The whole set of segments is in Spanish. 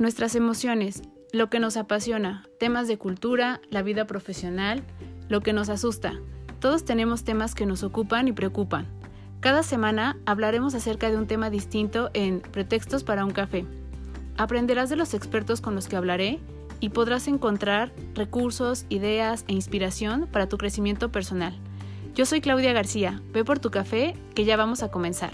nuestras emociones, lo que nos apasiona, temas de cultura, la vida profesional, lo que nos asusta. Todos tenemos temas que nos ocupan y preocupan. Cada semana hablaremos acerca de un tema distinto en Pretextos para un café. Aprenderás de los expertos con los que hablaré y podrás encontrar recursos, ideas e inspiración para tu crecimiento personal. Yo soy Claudia García. Ve por tu café, que ya vamos a comenzar.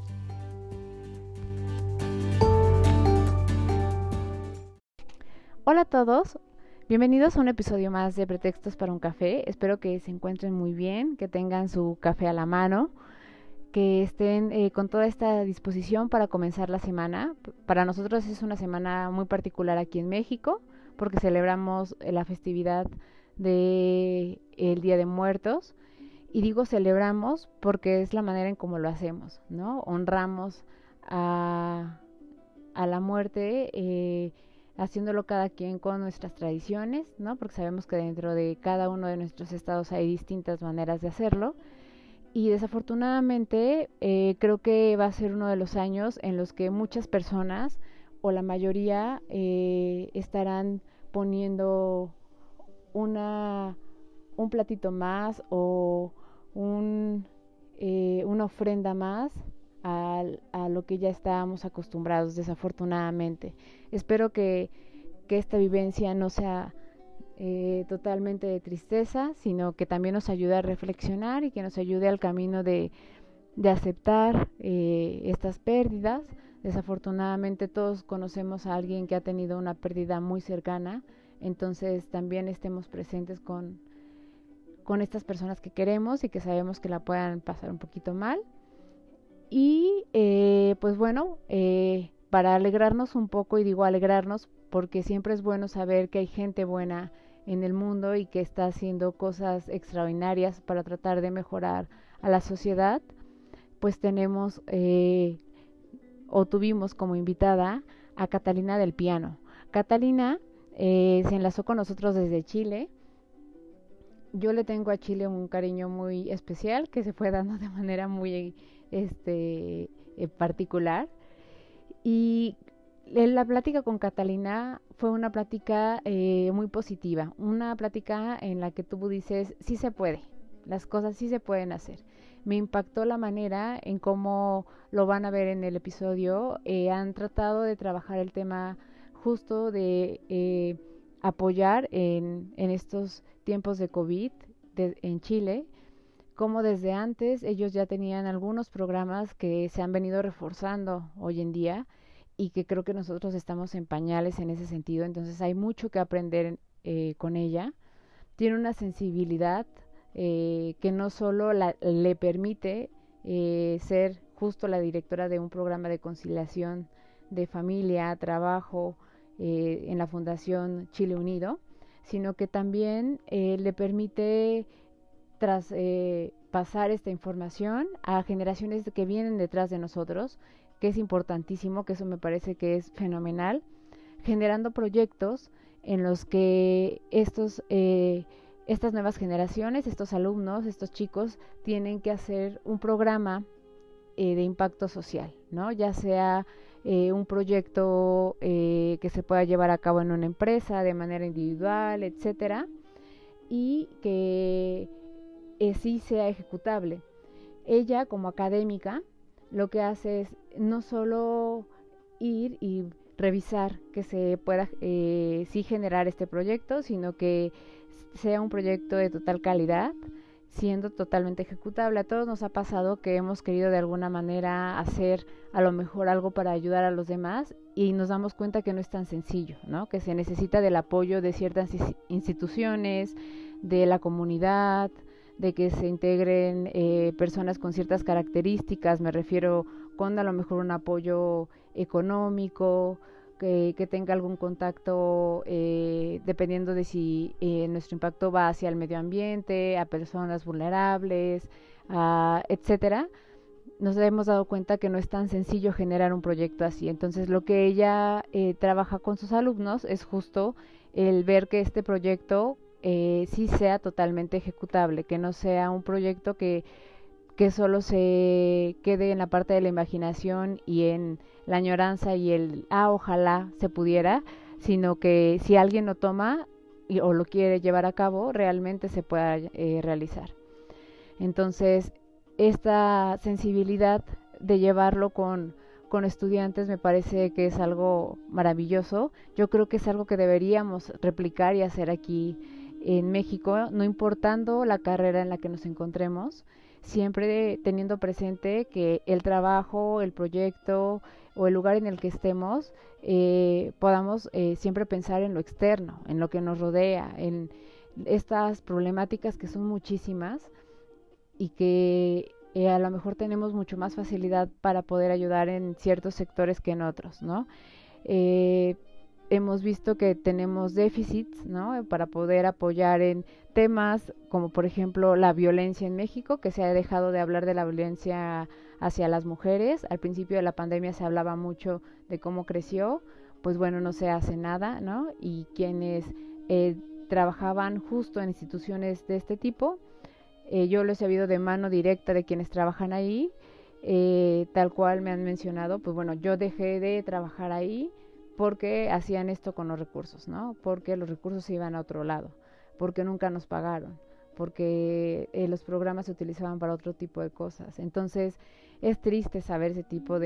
Hola a todos, bienvenidos a un episodio más de Pretextos para un café. Espero que se encuentren muy bien, que tengan su café a la mano, que estén con toda esta disposición para comenzar la semana. Para nosotros es una semana muy particular aquí en México, porque celebramos la festividad del Día de Muertos. Y digo celebramos porque es la manera en cómo lo hacemos, ¿no? Honramos a la muerte, haciéndolo cada quien con nuestras tradiciones, ¿no? Porque sabemos que dentro de cada uno de nuestros estados hay distintas maneras de hacerlo. Y desafortunadamente creo que va a ser uno de los años en los que muchas personas o la mayoría estarán poniendo un platito más o una ofrenda más a lo que ya estábamos acostumbrados, desafortunadamente. Espero que esta vivencia no sea totalmente de tristeza, sino que también nos ayude a reflexionar y que nos ayude al camino de aceptar estas pérdidas. Desafortunadamente todos conocemos a alguien que ha tenido una pérdida muy cercana, entonces también estemos presentes con estas personas que queremos y que sabemos que la puedan pasar un poquito mal. Y pues bueno, para alegrarnos un poco, y digo alegrarnos porque siempre es bueno saber que hay gente buena en el mundo y que está haciendo cosas extraordinarias para tratar de mejorar a la sociedad, pues tenemos o tuvimos como invitada a Catalina del Piano. Catalina se enlazó con nosotros desde Chile. Yo le tengo a Chile un cariño muy especial que se fue dando de manera muy particular. Y la plática con Catalina fue una plática muy positiva, una plática en la que tú dices, sí se puede, las cosas sí se pueden hacer. Me impactó la manera en cómo lo van a ver en el episodio. Han tratado de trabajar el tema justo de apoyar en estos tiempos de COVID en Chile, como desde antes ellos ya tenían algunos programas que se han venido reforzando hoy en día y que creo que nosotros estamos en pañales en ese sentido, entonces hay mucho que aprender con ella. Tiene una sensibilidad que no solo le permite ser justo la directora de un programa de conciliación de familia, trabajo en la Fundación Chile Unido, sino que también le permite pasar esta información a generaciones que vienen detrás de nosotros, que es importantísimo, que eso me parece que es fenomenal, generando proyectos en los que estas nuevas generaciones, estos alumnos, estos chicos, tienen que hacer un programa de impacto social, ¿no? Ya sea un proyecto que se pueda llevar a cabo en una empresa de manera individual, etcétera, y que sí sea ejecutable. Ella, como académica, lo que hace es no solo ir y revisar que se pueda sí generar este proyecto, sino que sea un proyecto de total calidad, siendo totalmente ejecutable. A todos nos ha pasado que hemos querido de alguna manera hacer a lo mejor algo para ayudar a los demás y nos damos cuenta que no es tan sencillo, ¿no? Que se necesita del apoyo de ciertas instituciones, de la comunidad, de que se integren personas con ciertas características, me refiero con a lo mejor un apoyo económico, que tenga algún contacto dependiendo de si nuestro impacto va hacia el medio ambiente, a personas vulnerables, etcétera. Nos hemos dado cuenta que no es tan sencillo generar un proyecto así. Entonces lo que ella trabaja con sus alumnos es justo el ver que este proyecto sí sea totalmente ejecutable, que no sea un proyecto que que solo se quede en la parte de la imaginación y en la añoranza y el ojalá se pudiera, sino que si alguien lo toma o lo quiere llevar a cabo, realmente se pueda realizar. Entonces, esta sensibilidad de llevarlo con estudiantes me parece que es algo maravilloso. Yo creo que es algo que deberíamos replicar y hacer aquí en México, no importando la carrera en la que nos encontremos, siempre teniendo presente que el trabajo, el proyecto o el lugar en el que estemos, podamos siempre pensar en lo externo, en lo que nos rodea, en estas problemáticas que son muchísimas y que a lo mejor tenemos mucho más facilidad para poder ayudar en ciertos sectores que en otros, ¿no? Hemos visto que tenemos déficits, ¿no? Para poder apoyar en temas como por ejemplo la violencia en México, que se ha dejado de hablar de la violencia hacia las mujeres. Al principio de la pandemia se hablaba mucho de cómo creció, pues bueno, no se hace nada, ¿no? Y quienes trabajaban justo en instituciones de este tipo, yo lo he sabido de mano directa de quienes trabajan ahí, tal cual me han mencionado, pues bueno, yo dejé de trabajar ahí porque hacían esto con los recursos, ¿no? Porque los recursos se iban a otro lado, porque nunca nos pagaron, porque los programas se utilizaban para otro tipo de cosas. Entonces, es triste saber ese tipo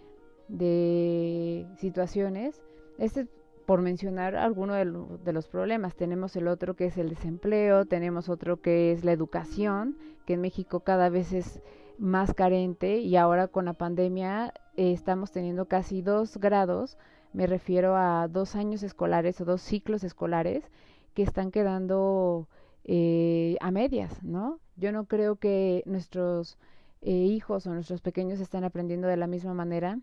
de situaciones. Este por mencionar alguno de los problemas. Tenemos el otro que es el desempleo, tenemos otro que es la educación, que en México cada vez es más carente y ahora con la pandemia estamos teniendo casi 2 grados, me refiero a 2 años escolares o 2 ciclos escolares que están quedando a medias, ¿no? Yo no creo que nuestros hijos o nuestros pequeños están aprendiendo de la misma manera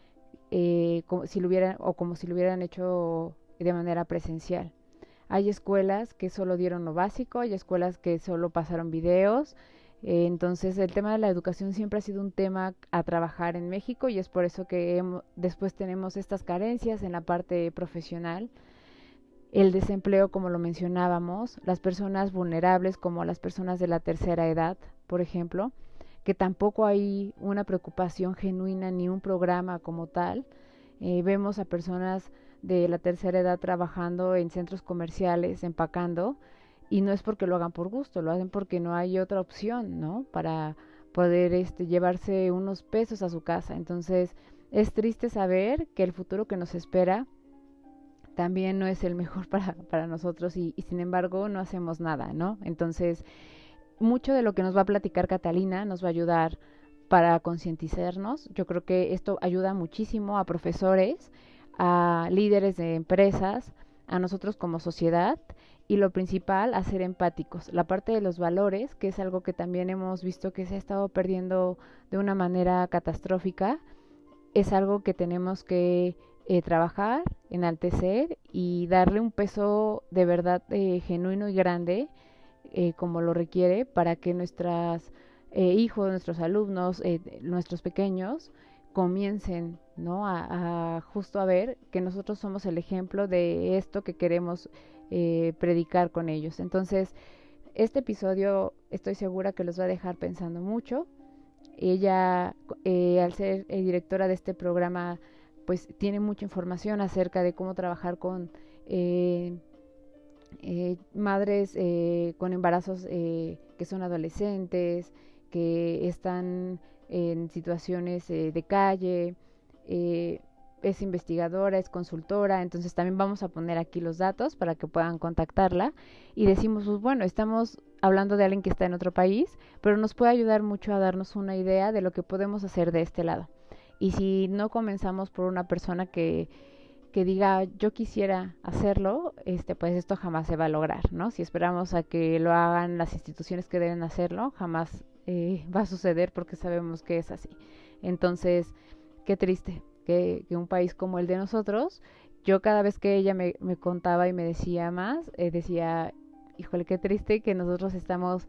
como si lo hubieran hecho de manera presencial. Hay escuelas que solo dieron lo básico, hay escuelas que solo pasaron videos, entonces el tema de la educación siempre ha sido un tema a trabajar en México y es por eso que después tenemos estas carencias en la parte profesional, el desempleo como lo mencionábamos, las personas vulnerables como las personas de la tercera edad, por ejemplo, que tampoco hay una preocupación genuina ni un programa como tal. Vemos a personas de la tercera edad trabajando en centros comerciales, empacando, y no es porque lo hagan por gusto, lo hacen porque no hay otra opción, ¿no? Para poder llevarse unos pesos a su casa. Entonces, es triste saber que el futuro que nos espera también no es el mejor para nosotros y sin embargo no hacemos nada, ¿no? Entonces, mucho de lo que nos va a platicar Catalina nos va a ayudar para concientizarnos. Yo creo que esto ayuda muchísimo a profesores, a líderes de empresas, a nosotros como sociedad y lo principal, a ser empáticos. La parte de los valores, que es algo que también hemos visto que se ha estado perdiendo de una manera catastrófica, es algo que tenemos que trabajar, enaltecer y darle un peso de verdad genuino y grande como lo requiere para que nuestros hijos, nuestros alumnos, nuestros pequeños comiencen, ¿no? Justo a ver que nosotros somos el ejemplo de esto que queremos predicar con ellos. Entonces, este episodio estoy segura que los va a dejar pensando mucho. Ella, al ser directora de este programa, pues tiene mucha información acerca de cómo trabajar con madres con embarazos que son adolescentes, que están en situaciones de calle, es investigadora, es consultora, entonces también vamos a poner aquí los datos para que puedan contactarla y decimos, pues bueno, estamos hablando de alguien que está en otro país, pero nos puede ayudar mucho a darnos una idea de lo que podemos hacer de este lado. Y si no comenzamos por una persona que diga yo quisiera hacerlo, pues esto jamás se va a lograr, ¿no? Si esperamos a que lo hagan las instituciones que deben hacerlo, jamás va a suceder porque sabemos que es así. Entonces, qué triste que un país como el de nosotros, yo cada vez que ella me contaba y me decía más, decía, híjole, qué triste que nosotros estamos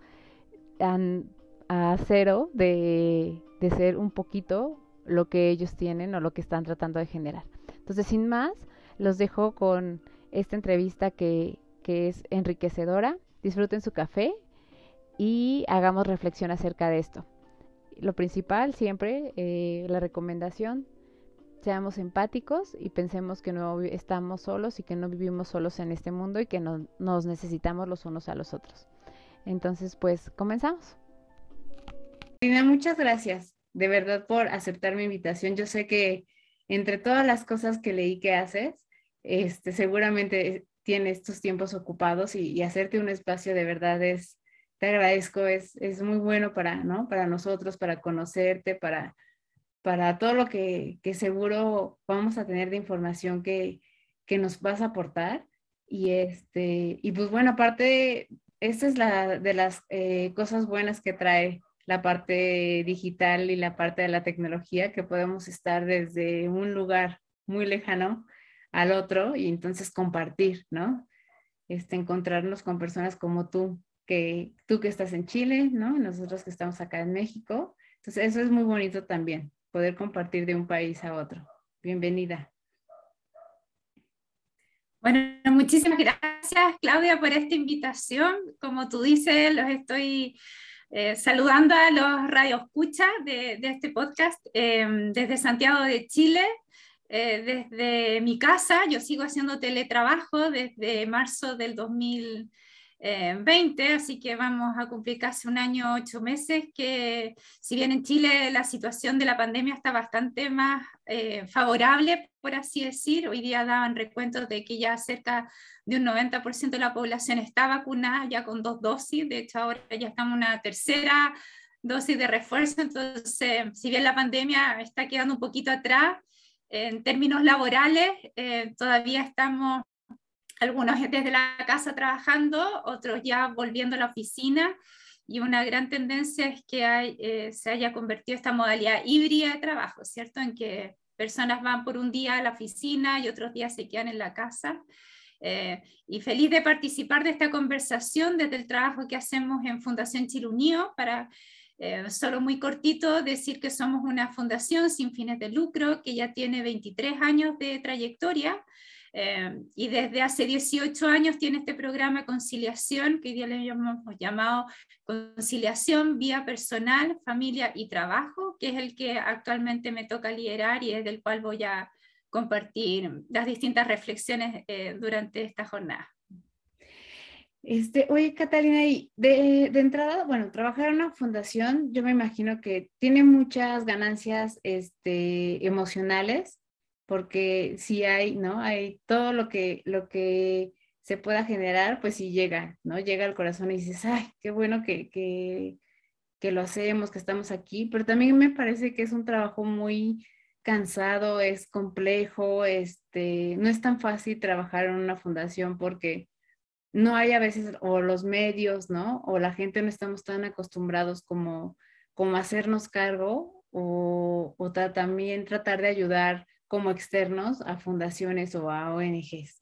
a cero de ser un poquito lo que ellos tienen o lo que están tratando de generar. Entonces, sin más, los dejo con esta entrevista que es enriquecedora. Disfruten su café y hagamos reflexión acerca de esto. lo principal siempre, la recomendación, seamos empáticos y pensemos que no estamos solos y que no vivimos solos en este mundo y que nos necesitamos los unos a los otros. Entonces, pues, comenzamos. Marina, muchas gracias de verdad por aceptar mi invitación. Yo sé que entre todas las cosas que leí que haces, seguramente tienes tus tiempos ocupados y hacerte un espacio de verdad te agradezco, es muy bueno para, ¿no? Para nosotros, para conocerte, para todo lo que seguro vamos a tener de información que nos vas a aportar. Y pues bueno, aparte, esta es la de las cosas buenas que trae la parte digital y la parte de la tecnología, que podemos estar desde un lugar muy lejano al otro y entonces compartir, ¿no? Encontrarnos con personas como tú que estás en Chile, ¿no? Nosotros que estamos acá en México. Entonces, eso es muy bonito también, poder compartir de un país a otro. Bienvenida. Bueno, muchísimas gracias, Claudia, por esta invitación. Como tú dices, los estoy saludando a los radioescuchas de este podcast desde Santiago de Chile, desde mi casa. Yo sigo haciendo teletrabajo desde marzo del 2020, así que vamos a cumplir casi un año, 8 meses, que si bien en Chile la situación de la pandemia está bastante más favorable, por así decir, hoy día daban recuentos de que ya cerca de un 90% de la población está vacunada ya con 2 dosis, de hecho ahora ya estamos en una tercera dosis de refuerzo, entonces si bien la pandemia está quedando un poquito atrás, en términos laborales, todavía estamos algunos desde la casa trabajando, otros ya volviendo a la oficina, y una gran tendencia es que se haya convertido esta modalidad híbrida de trabajo, ¿cierto? En que personas van por un día a la oficina y otros días se quedan en la casa. Y feliz de participar de esta conversación desde el trabajo que hacemos en Fundación Chile Unido para solo muy cortito decir que somos una fundación sin fines de lucro que ya tiene 23 años de trayectoria y desde hace 18 años tiene este programa de conciliación que hoy día le hemos llamado Conciliación Vía Personal, Familia y Trabajo, que es el que actualmente me toca liderar y es del cual voy a compartir las distintas reflexiones durante esta jornada. Oye, Catalina, y de entrada, bueno, trabajar en una fundación, yo me imagino que tiene muchas ganancias emocionales, porque si hay, ¿no? Hay todo lo que se pueda generar, pues sí llega, ¿no? Llega al corazón y dices, ay, qué bueno que lo hacemos, que estamos aquí, pero también me parece que es un trabajo muy cansado, es complejo, no es tan fácil trabajar en una fundación porque no hay a veces, o los medios, ¿no? O la gente no estamos tan acostumbrados como a hacernos cargo o también tratar de ayudar como externos a fundaciones o a ONGs.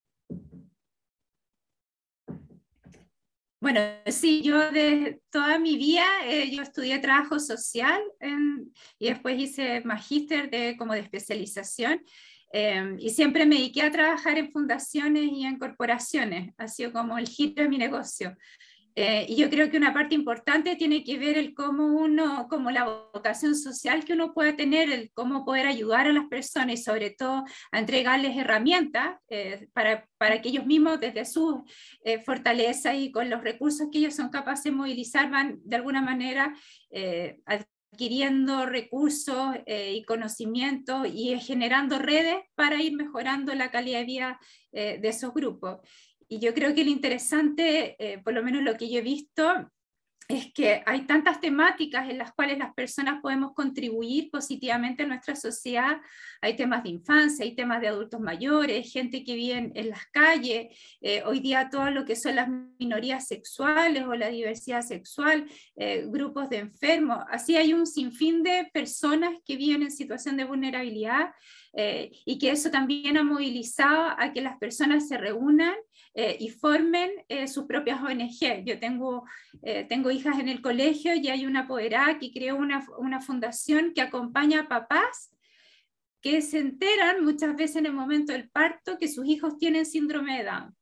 Bueno, sí, yo de toda mi vida yo estudié trabajo social y después hice magíster como de especialización y siempre me dediqué a trabajar en fundaciones y en corporaciones, ha sido como el giro de mi negocio. Y yo creo que una parte importante tiene que ver el cómo uno, como la vocación social que uno puede tener, el cómo poder ayudar a las personas y sobre todo a entregarles herramientas para que ellos mismos desde sus fortalezas y con los recursos que ellos son capaces de movilizar van de alguna manera adquiriendo recursos y conocimientos y generando redes para ir mejorando la calidad de vida de esos grupos. Y yo creo que lo interesante, por lo menos lo que yo he visto, es que hay tantas temáticas en las cuales las personas podemos contribuir positivamente a nuestra sociedad. Hay temas de infancia, hay temas de adultos mayores, gente que vive en las calles, hoy día todo lo que son las minorías sexuales o la diversidad sexual, grupos de enfermos. Así hay un sinfín de personas que viven en situación de vulnerabilidad y que eso también ha movilizado a que las personas se reúnan y formen sus propias ONG. Yo tengo hijas en el colegio y hay una apoderada que creó una fundación que acompaña a papás que se enteran muchas veces en el momento del parto que sus hijos tienen síndrome de Down.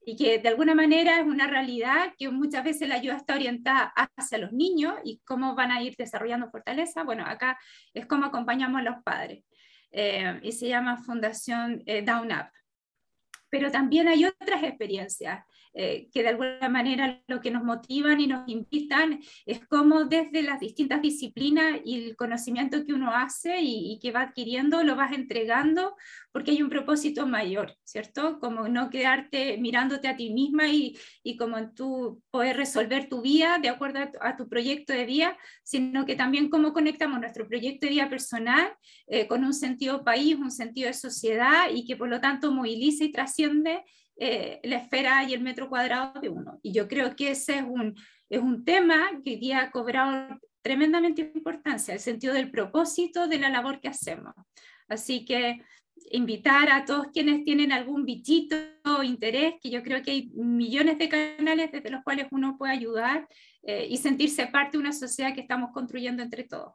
y que de alguna manera es una realidad que muchas veces la ayuda está orientada hacia los niños y cómo van a ir desarrollando fortaleza. Bueno, acá es como acompañamos a los padres, y se llama Fundación Down Up. Pero también hay otras experiencias que de alguna manera lo que nos motivan y nos invitan es cómo desde las distintas disciplinas y el conocimiento que uno hace y que va adquiriendo lo vas entregando porque hay un propósito mayor, ¿cierto? Como no quedarte mirándote a ti misma y como tú poder resolver tu vida de acuerdo a tu proyecto de vida, sino que también cómo conectamos nuestro proyecto de vida personal con un sentido país, un sentido de sociedad y que por lo tanto moviliza y trasciende la esfera y el metro cuadrado de uno. Y yo creo que ese es un tema que hoy día ha cobrado tremendamente importancia, el sentido del propósito de la labor que hacemos. Así que invitar a todos quienes tienen algún bichito o interés, que yo creo que hay millones de canales desde los cuales uno puede ayudar y sentirse parte de una sociedad que estamos construyendo entre todos.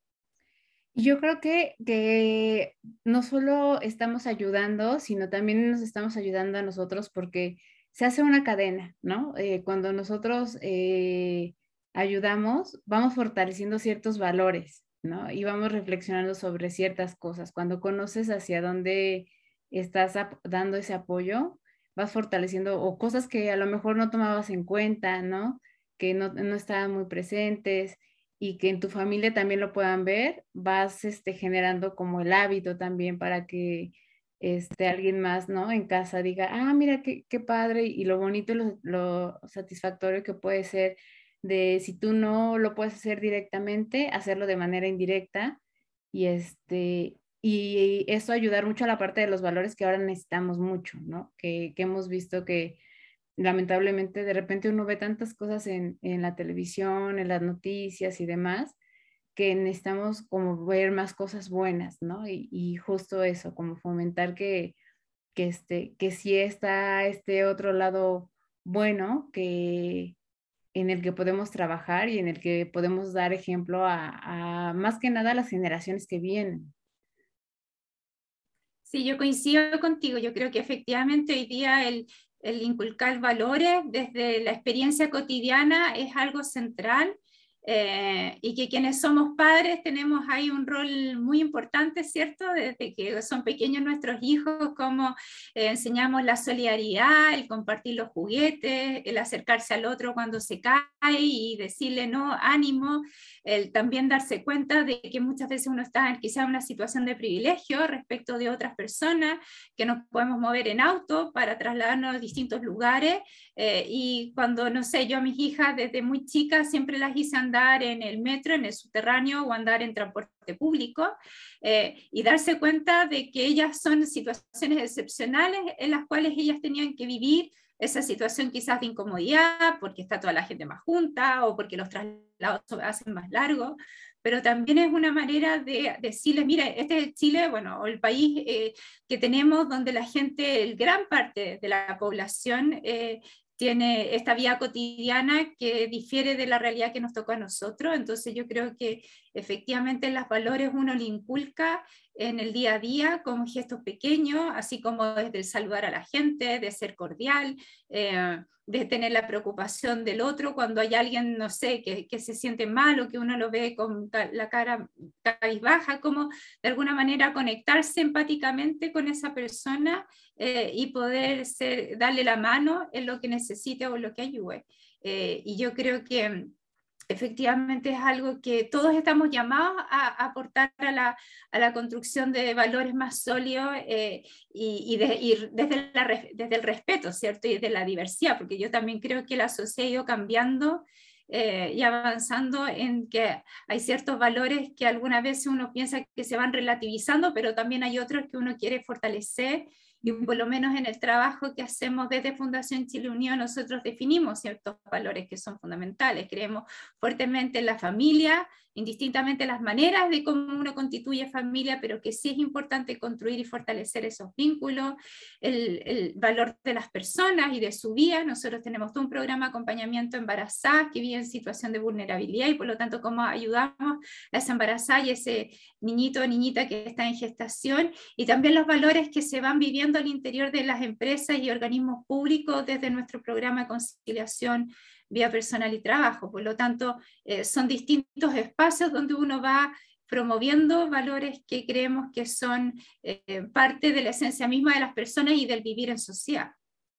Yo creo que no solo estamos ayudando, sino también nos estamos ayudando a nosotros porque se hace una cadena, ¿no? Cuando nosotros ayudamos, vamos fortaleciendo ciertos valores, ¿no? Y vamos reflexionando sobre ciertas cosas. Cuando conoces hacia dónde estás dando ese apoyo, vas fortaleciendo o cosas que a lo mejor no tomabas en cuenta, ¿no? Que no estaban muy presentes y que en tu familia también lo puedan ver, vas generando como el hábito también para que alguien más, ¿no? En casa diga, ah, mira qué padre, y lo bonito y lo satisfactorio que puede ser de si tú no lo puedes hacer directamente, hacerlo de manera indirecta y y eso ayudar mucho a la parte de los valores que ahora necesitamos mucho, ¿no? Que hemos visto que lamentablemente de repente uno ve tantas cosas en la televisión, en las noticias y demás, que necesitamos como ver más cosas buenas, ¿no? Y justo eso, como fomentar que sí está este otro lado bueno, que en el que podemos trabajar y en el que podemos dar ejemplo a más que nada a las generaciones que vienen. Sí, yo coincido contigo. Yo creo que efectivamente hoy día el inculcar valores desde la experiencia cotidiana es algo central, y que quienes somos padres tenemos ahí un rol muy importante, ¿cierto? Desde que son pequeños nuestros hijos, cómo enseñamos la solidaridad, el compartir los juguetes, el acercarse al otro cuando se cae y decirle no, ánimo, el también darse cuenta de que muchas veces uno está quizá en una situación de privilegio respecto de otras personas, que nos podemos mover en auto para trasladarnos a distintos lugares, y cuando, no sé, yo a mis hijas desde muy chicas siempre las hice andar en el metro, en el subterráneo o andar en transporte público, y darse cuenta de que ellas son situaciones excepcionales en las cuales ellas tenían que vivir esa situación quizás de incomodidad porque está toda la gente más junta o porque los traslados se hacen más largos, pero también es una manera de decirles, mira, este es Chile, bueno, o el país que tenemos donde la gente, gran parte de la población tiene esta vida cotidiana que difiere de la realidad que nos tocó a nosotros. Entonces yo creo que efectivamente los valores uno le inculca en el día a día como gestos pequeños, así como desde el saludar a la gente, de ser cordial, de tener la preocupación del otro cuando hay alguien, no sé, que se siente mal o que uno lo ve con la cara cabizbaja, como de alguna manera conectarse empáticamente con esa persona, y poder darle la mano en lo que necesite o en lo que ayude. Y yo creo que efectivamente es algo que todos estamos llamados a aportar a la construcción de valores más sólidos, y desde el respeto, ¿cierto? Y desde la diversidad, porque yo también creo que la sociedad ha ido cambiando y avanzando en que hay ciertos valores que algunas veces uno piensa que se van relativizando, pero también hay otros que uno quiere fortalecer. Y por lo menos en el trabajo que hacemos desde Fundación Chile Unión, nosotros definimos ciertos valores que son fundamentales. Creemos fuertemente en la familia, indistintamente las maneras de cómo uno constituye familia, pero que sí es importante construir y fortalecer esos vínculos, el valor de las personas y de su vida. Nosotros tenemos todo un programa de acompañamiento a embarazadas que viven en situación de vulnerabilidad y por lo tanto cómo ayudamos a esa embarazada y ese niñito o niñita que está en gestación, y también los valores que se van viviendo al interior de las empresas y organismos públicos desde nuestro programa de conciliación vida personal y trabajo. Por lo tanto, son distintos espacios donde uno va promoviendo valores que creemos que son parte de la esencia misma de las personas y del vivir en sociedad.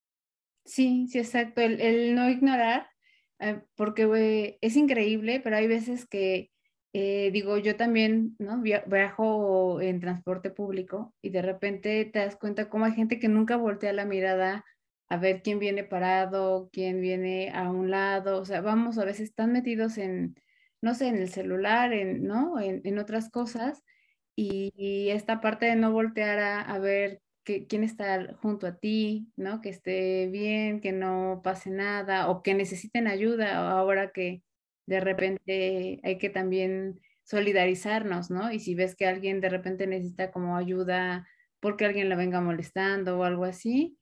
Sí, sí, exacto. El no ignorar, porque es increíble, pero hay veces que, digo, yo también, ¿no? Viajo en transporte público y de repente te das cuenta cómo hay gente que nunca voltea la mirada a ver quién viene parado, quién viene a un lado. O sea, vamos a veces tan metidos en, no sé, en el celular, ¿no? En otras cosas. Y esta parte de no voltear a ver quién está junto a ti, ¿no? Que esté bien, que no pase nada o que necesiten ayuda ahora que de repente hay que también solidarizarnos, ¿no? Y si ves que alguien de repente necesita como ayuda porque alguien la venga molestando o algo así,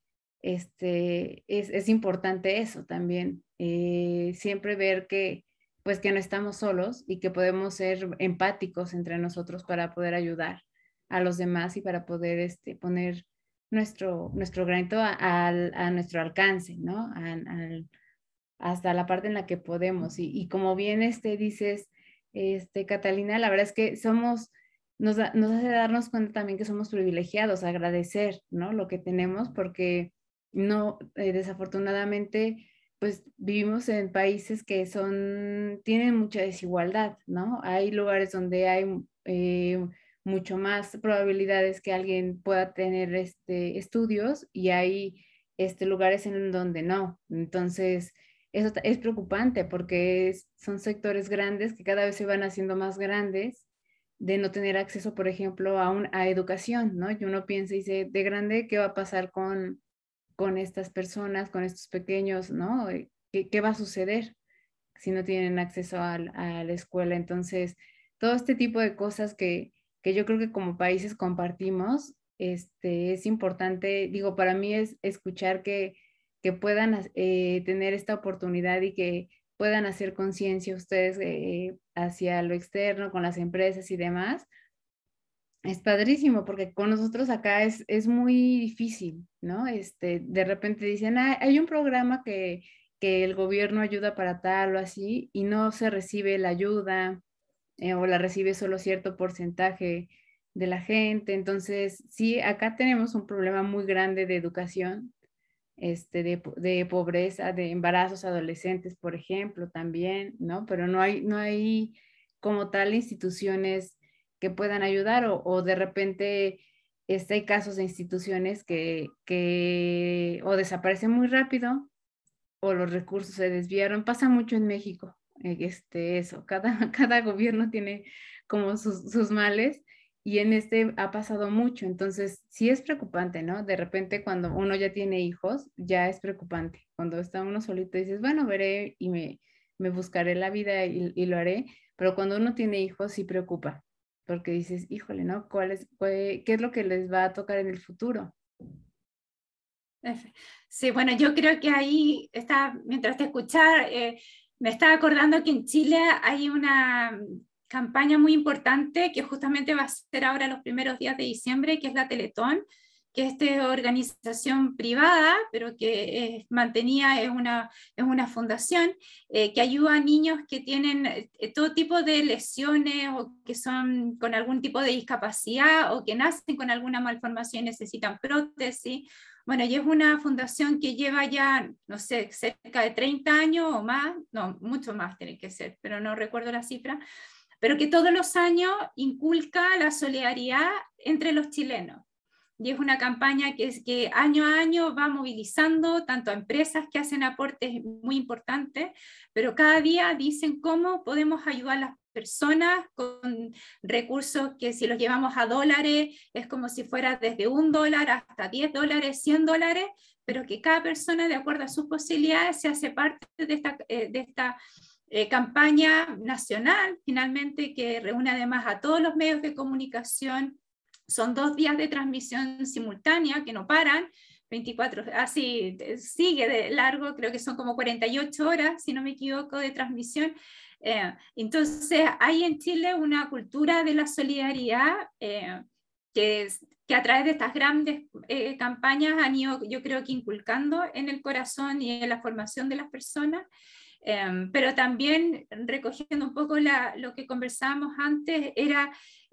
es importante eso también. Siempre ver que pues que no estamos solos y que podemos ser empáticos entre nosotros para poder ayudar a los demás y para poder poner nuestro granito a nuestro alcance, ¿no? Hasta la parte en la que podemos. Y como bien dices, Catalina, la verdad es que nos hace darnos cuenta también que somos privilegiados, agradecer, ¿no? Lo que tenemos, porque no, desafortunadamente, pues vivimos en países que tienen mucha desigualdad, ¿no? Hay lugares donde hay mucho más probabilidades que alguien pueda tener estudios y hay lugares en donde no. Entonces, eso es preocupante porque son sectores grandes que cada vez se van haciendo más grandes de no tener acceso, por ejemplo, a educación, ¿no? Y uno piensa y dice, de grande, ¿qué va a pasar con estas personas, con estos pequeños, ¿no? ¿Qué va a suceder si no tienen acceso a la escuela? Entonces, todo este tipo de cosas que yo creo que como países compartimos, es importante, digo, para mí es escuchar que puedan tener esta oportunidad y que puedan hacer conciencia ustedes hacia lo externo, con las empresas y demás. Es padrísimo porque con nosotros acá es muy difícil, ¿no? De repente dicen, "Ah, hay un programa que el gobierno ayuda para tal o así y no se recibe la ayuda o la recibe solo cierto porcentaje de la gente. Entonces, sí, acá tenemos un problema muy grande de educación, de pobreza, de embarazos adolescentes, por ejemplo, también, ¿no? Pero no hay como tal instituciones que puedan ayudar o de repente hay casos de instituciones que o desaparecen muy rápido o los recursos se desviaron. Pasa mucho en México, eso, cada gobierno tiene como sus males y en ha pasado mucho, entonces sí es preocupante, ¿no? De repente cuando uno ya tiene hijos, ya es preocupante. Cuando está uno solito dices, bueno, veré y me buscaré la vida y lo haré, pero cuando uno tiene hijos sí preocupa, porque dices, híjole, ¿no? ¿Qué es lo que les va a tocar en el futuro? Sí, bueno, yo creo que ahí mientras te escuchaba, me estaba acordando que en Chile hay una campaña muy importante que justamente va a ser ahora los primeros días de diciembre, que es la Teletón, que es esta organización privada, pero que es una fundación que ayuda a niños que tienen todo tipo de lesiones o que son con algún tipo de discapacidad o que nacen con alguna malformación y necesitan prótesis. Bueno, y es una fundación que lleva ya, no sé, cerca de 30 años o más, no, mucho más tiene que ser, pero no recuerdo la cifra, pero que todos los años inculca la solidaridad entre los chilenos. Y es una campaña que año a año va movilizando tanto a empresas que hacen aportes muy importantes, pero cada día dicen cómo podemos ayudar a las personas con recursos que si los llevamos a dólares es como si fuera desde $1 hasta $10, $100, pero que cada persona de acuerdo a sus posibilidades se hace parte de esta campaña nacional, finalmente, que reúne además a todos los medios de comunicación. Son 2 días de transmisión simultánea que no paran, 24, así sigue de largo, creo que son como 48 horas, si no me equivoco, de transmisión. Entonces, hay en Chile una cultura de la solidaridad que a través de estas grandes campañas han ido, yo creo que inculcando en el corazón y en la formación de las personas. Pero también recogiendo un poco lo que conversábamos antes, era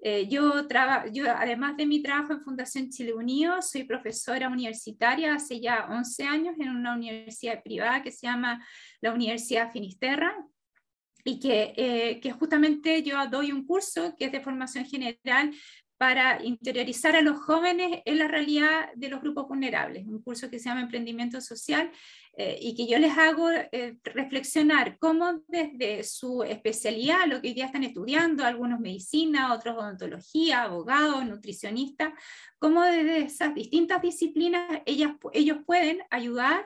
yo además de mi trabajo en Fundación Chile Unido, soy profesora universitaria hace ya 11 años en una universidad privada que se llama la Universidad Finisterra, y que justamente yo doy un curso que es de formación general para interiorizar a los jóvenes en la realidad de los grupos vulnerables, un curso que se llama Emprendimiento Social, y que yo les hago reflexionar cómo desde su especialidad, lo que hoy día están estudiando, algunos medicina, otros odontología, abogados, nutricionistas, cómo desde esas distintas disciplinas ellos pueden ayudar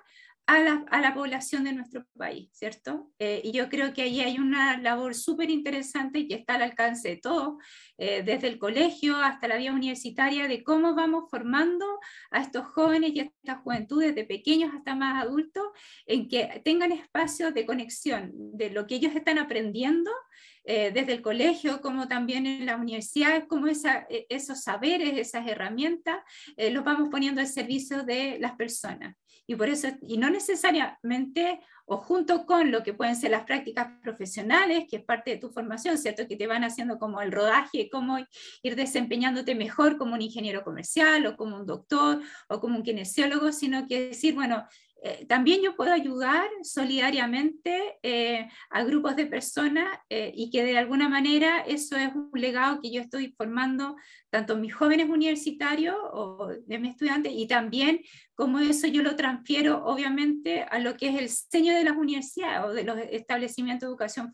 a la población de nuestro país, ¿cierto? Y yo creo que ahí hay una labor súper interesante y que está al alcance de todos, desde el colegio hasta la vida universitaria, de cómo vamos formando a estos jóvenes y a estas juventudes, de pequeños hasta más adultos, en que tengan espacios de conexión de lo que ellos están aprendiendo, desde el colegio, como también en las universidades, como esos saberes, esas herramientas, los vamos poniendo al servicio de las personas. Y por eso, y no necesariamente, o junto con lo que pueden ser las prácticas profesionales, que es parte de tu formación, ¿cierto? Que te van haciendo como el rodaje, cómo ir desempeñándote mejor como un ingeniero comercial, o como un doctor, o como un kinesiólogo, sino que decir, bueno, también yo puedo ayudar solidariamente a grupos de personas, y que de alguna manera eso es un legado que yo estoy formando tanto en mis jóvenes universitarios o de mis estudiantes, y también como eso yo lo transfiero obviamente a lo que es el diseño de las universidades o de los establecimientos de educación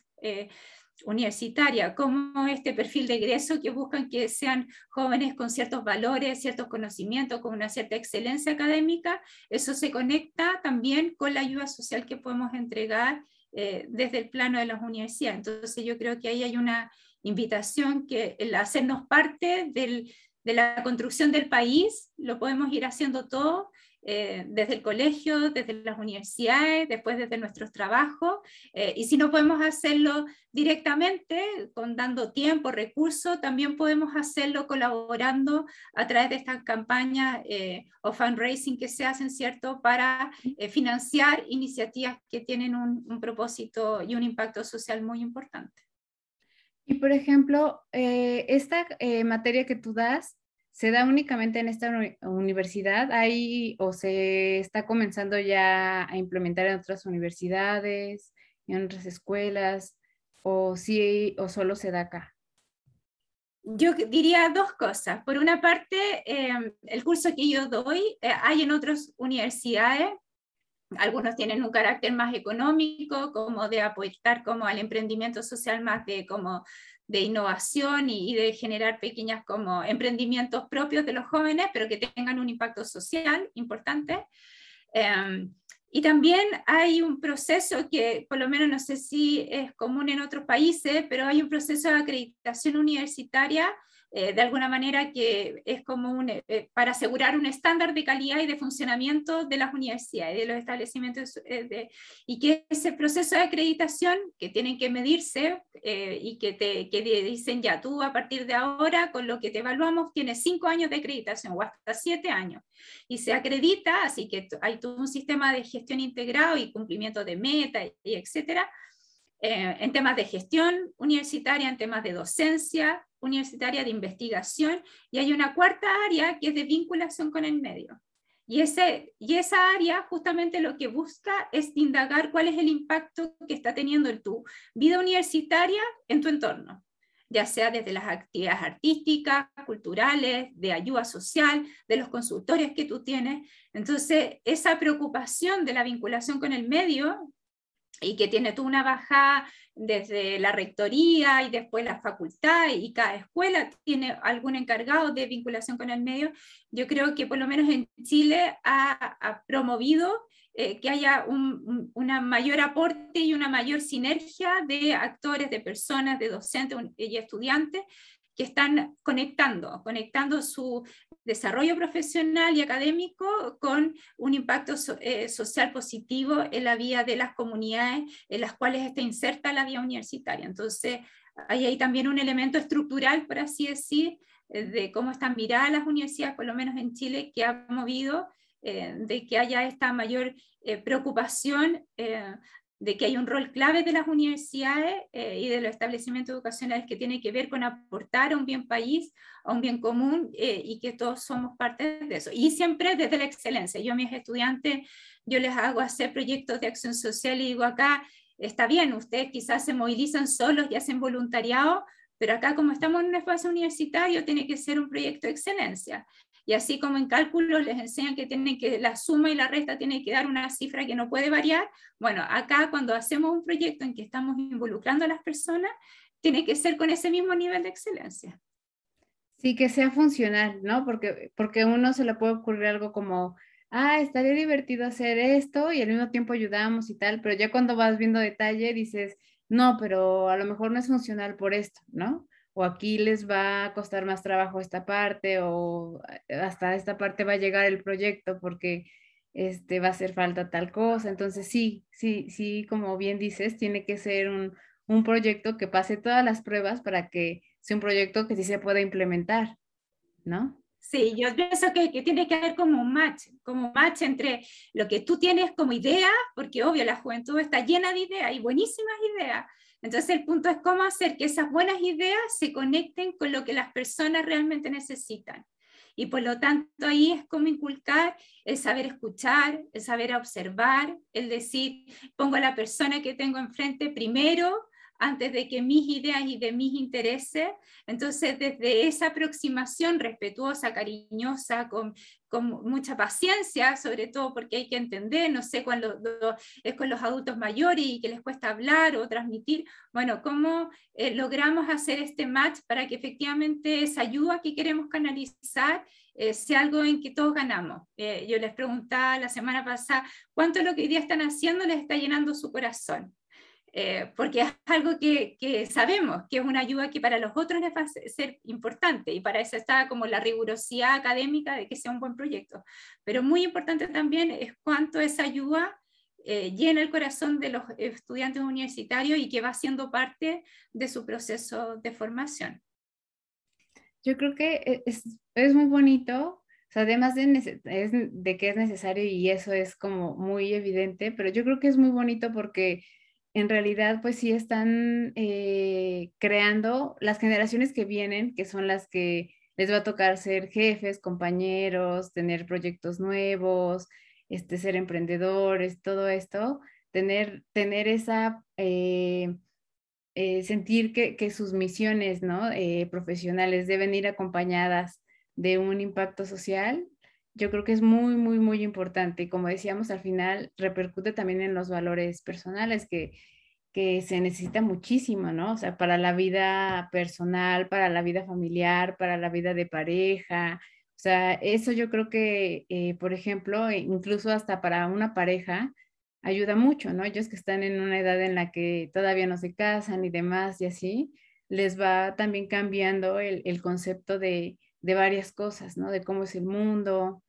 universitaria, como este perfil de egreso que buscan que sean jóvenes con ciertos valores, ciertos conocimientos, con una cierta excelencia académica. Eso se conecta también con la ayuda social que podemos entregar desde el plano de las universidades. Entonces yo creo que ahí hay una invitación que el hacernos parte de la construcción del país, lo podemos ir haciendo todo, desde el colegio, desde las universidades, después desde nuestros trabajos, y si no podemos hacerlo directamente, dando tiempo, recursos, también podemos hacerlo colaborando a través de estas campañas o fundraising que se hacen, ¿cierto?, para financiar iniciativas que tienen un propósito y un impacto social muy importante. Y por ejemplo, esta materia que tú das, ¿se da únicamente en esta universidad? ¿Hay o se está comenzando ya a implementar en otras universidades, en otras escuelas, o sí, o solo se da acá? Yo diría 2 cosas. Por una parte, el curso que yo doy hay en otras universidades. Algunos tienen un carácter más económico, como de aportar como al emprendimiento social, más como de innovación y de generar pequeñas como emprendimientos propios de los jóvenes, pero que tengan un impacto social importante. Y también hay un proceso que, por lo menos no sé si es común en otros países, pero hay un proceso de acreditación universitaria, de alguna manera que es como para asegurar un estándar de calidad y de funcionamiento de las universidades, de los establecimientos, y que ese proceso de acreditación que tienen que medirse y que dicen ya tú a partir de ahora con lo que te evaluamos tienes 5 años de acreditación o hasta 7 años y se acredita, así que hay todo un sistema de gestión integrado y cumplimiento de metas y etcétera, en temas de gestión universitaria, en temas de docencia universitaria, de investigación, y hay una cuarta área que es de vinculación con el medio. Y esa área justamente lo que busca es indagar cuál es el impacto que está teniendo tu vida universitaria en tu entorno, ya sea desde las actividades artísticas, culturales, de ayuda social, de los consultorios que tú tienes. Entonces, esa preocupación de la vinculación con el medio, y que tiene toda una bajada desde la rectoría y después la facultad, y cada escuela tiene algún encargado de vinculación con el medio, yo creo que por lo menos en Chile ha promovido que haya una mayor aporte y una mayor sinergia de actores, de personas, de docentes y estudiantes que están conectando su desarrollo profesional y académico con un impacto social positivo en la vida de las comunidades en las cuales está inserta la vida universitaria. Entonces, hay también un elemento estructural, por así decir, de cómo están miradas las universidades, por lo menos en Chile, que ha movido de que haya esta mayor preocupación de que hay un rol clave de las universidades y de los establecimientos educacionales que tiene que ver con aportar a un bien país, a un bien común, y que todos somos parte de eso. Y siempre desde la excelencia. Yo a mis estudiantes, yo les hago hacer proyectos de acción social y digo, acá está bien, ustedes quizás se movilizan solos y hacen voluntariado, pero acá como estamos en un espacio universitario, tiene que ser un proyecto de excelencia. Y así como en cálculo les enseñan que tienen que la suma y la resta tienen que dar una cifra que no puede variar, bueno, acá cuando hacemos un proyecto en que estamos involucrando a las personas, tiene que ser con ese mismo nivel de excelencia. Sí, que sea funcional, ¿no? Porque uno se le puede ocurrir algo como, estaría divertido hacer esto y al mismo tiempo ayudamos y tal, pero ya cuando vas viendo detalle dices, no, pero a lo mejor no es funcional por esto, ¿no? O aquí les va a costar más trabajo esta parte, o hasta esta parte va a llegar el proyecto porque va a hacer falta tal cosa. Entonces sí, sí, sí, como bien dices, tiene que ser un proyecto que pase todas las pruebas para que sea un proyecto que sí se pueda implementar, ¿no? Sí, yo pienso que tiene que haber como un match entre lo que tú tienes como idea, porque obvio la juventud está llena de ideas y buenísimas ideas. Entonces el punto es cómo hacer que esas buenas ideas se conecten con lo que las personas realmente necesitan. Y por lo tanto ahí es como inculcar el saber escuchar, el saber observar, el decir, pongo a la persona que tengo enfrente primero, antes de que mis ideas y de mis intereses. Entonces, desde esa aproximación respetuosa, cariñosa, con mucha paciencia, sobre todo porque hay que entender, no sé, cuando es con los adultos mayores y que les cuesta hablar o transmitir, bueno, cómo logramos hacer este match para que efectivamente esa ayuda que queremos canalizar sea algo en que todos ganamos. Yo les preguntaba la semana pasada, ¿cuánto de lo que hoy día están haciendo les está llenando su corazón? Porque es algo que sabemos que es una ayuda que para los otros les va a ser importante, y para eso está como la rigurosidad académica de que sea un buen proyecto. Pero muy importante también es cuánto esa ayuda llena el corazón de los estudiantes universitarios y que va siendo parte de su proceso de formación. Yo creo que es muy bonito, o sea, además de que es necesario y eso es como muy evidente, pero yo creo que es muy bonito porque en realidad pues sí están creando las generaciones que vienen, que son las que les va a tocar ser jefes, compañeros, tener proyectos nuevos, ser emprendedores, todo esto, tener esa... sentir que sus misiones, ¿no? Profesionales deben ir acompañadas de un impacto social, yo creo que es muy, muy, muy importante. Y como decíamos, al final repercute también en los valores personales que se necesita muchísimo, ¿no? O sea, para la vida personal, para la vida familiar, para la vida de pareja. O sea, eso yo creo que, por ejemplo, incluso hasta para una pareja, ayuda mucho, ¿no? Ellos que están en una edad en la que todavía no se casan y demás y así, les va también cambiando el concepto de varias cosas, ¿no? De cómo es el mundo,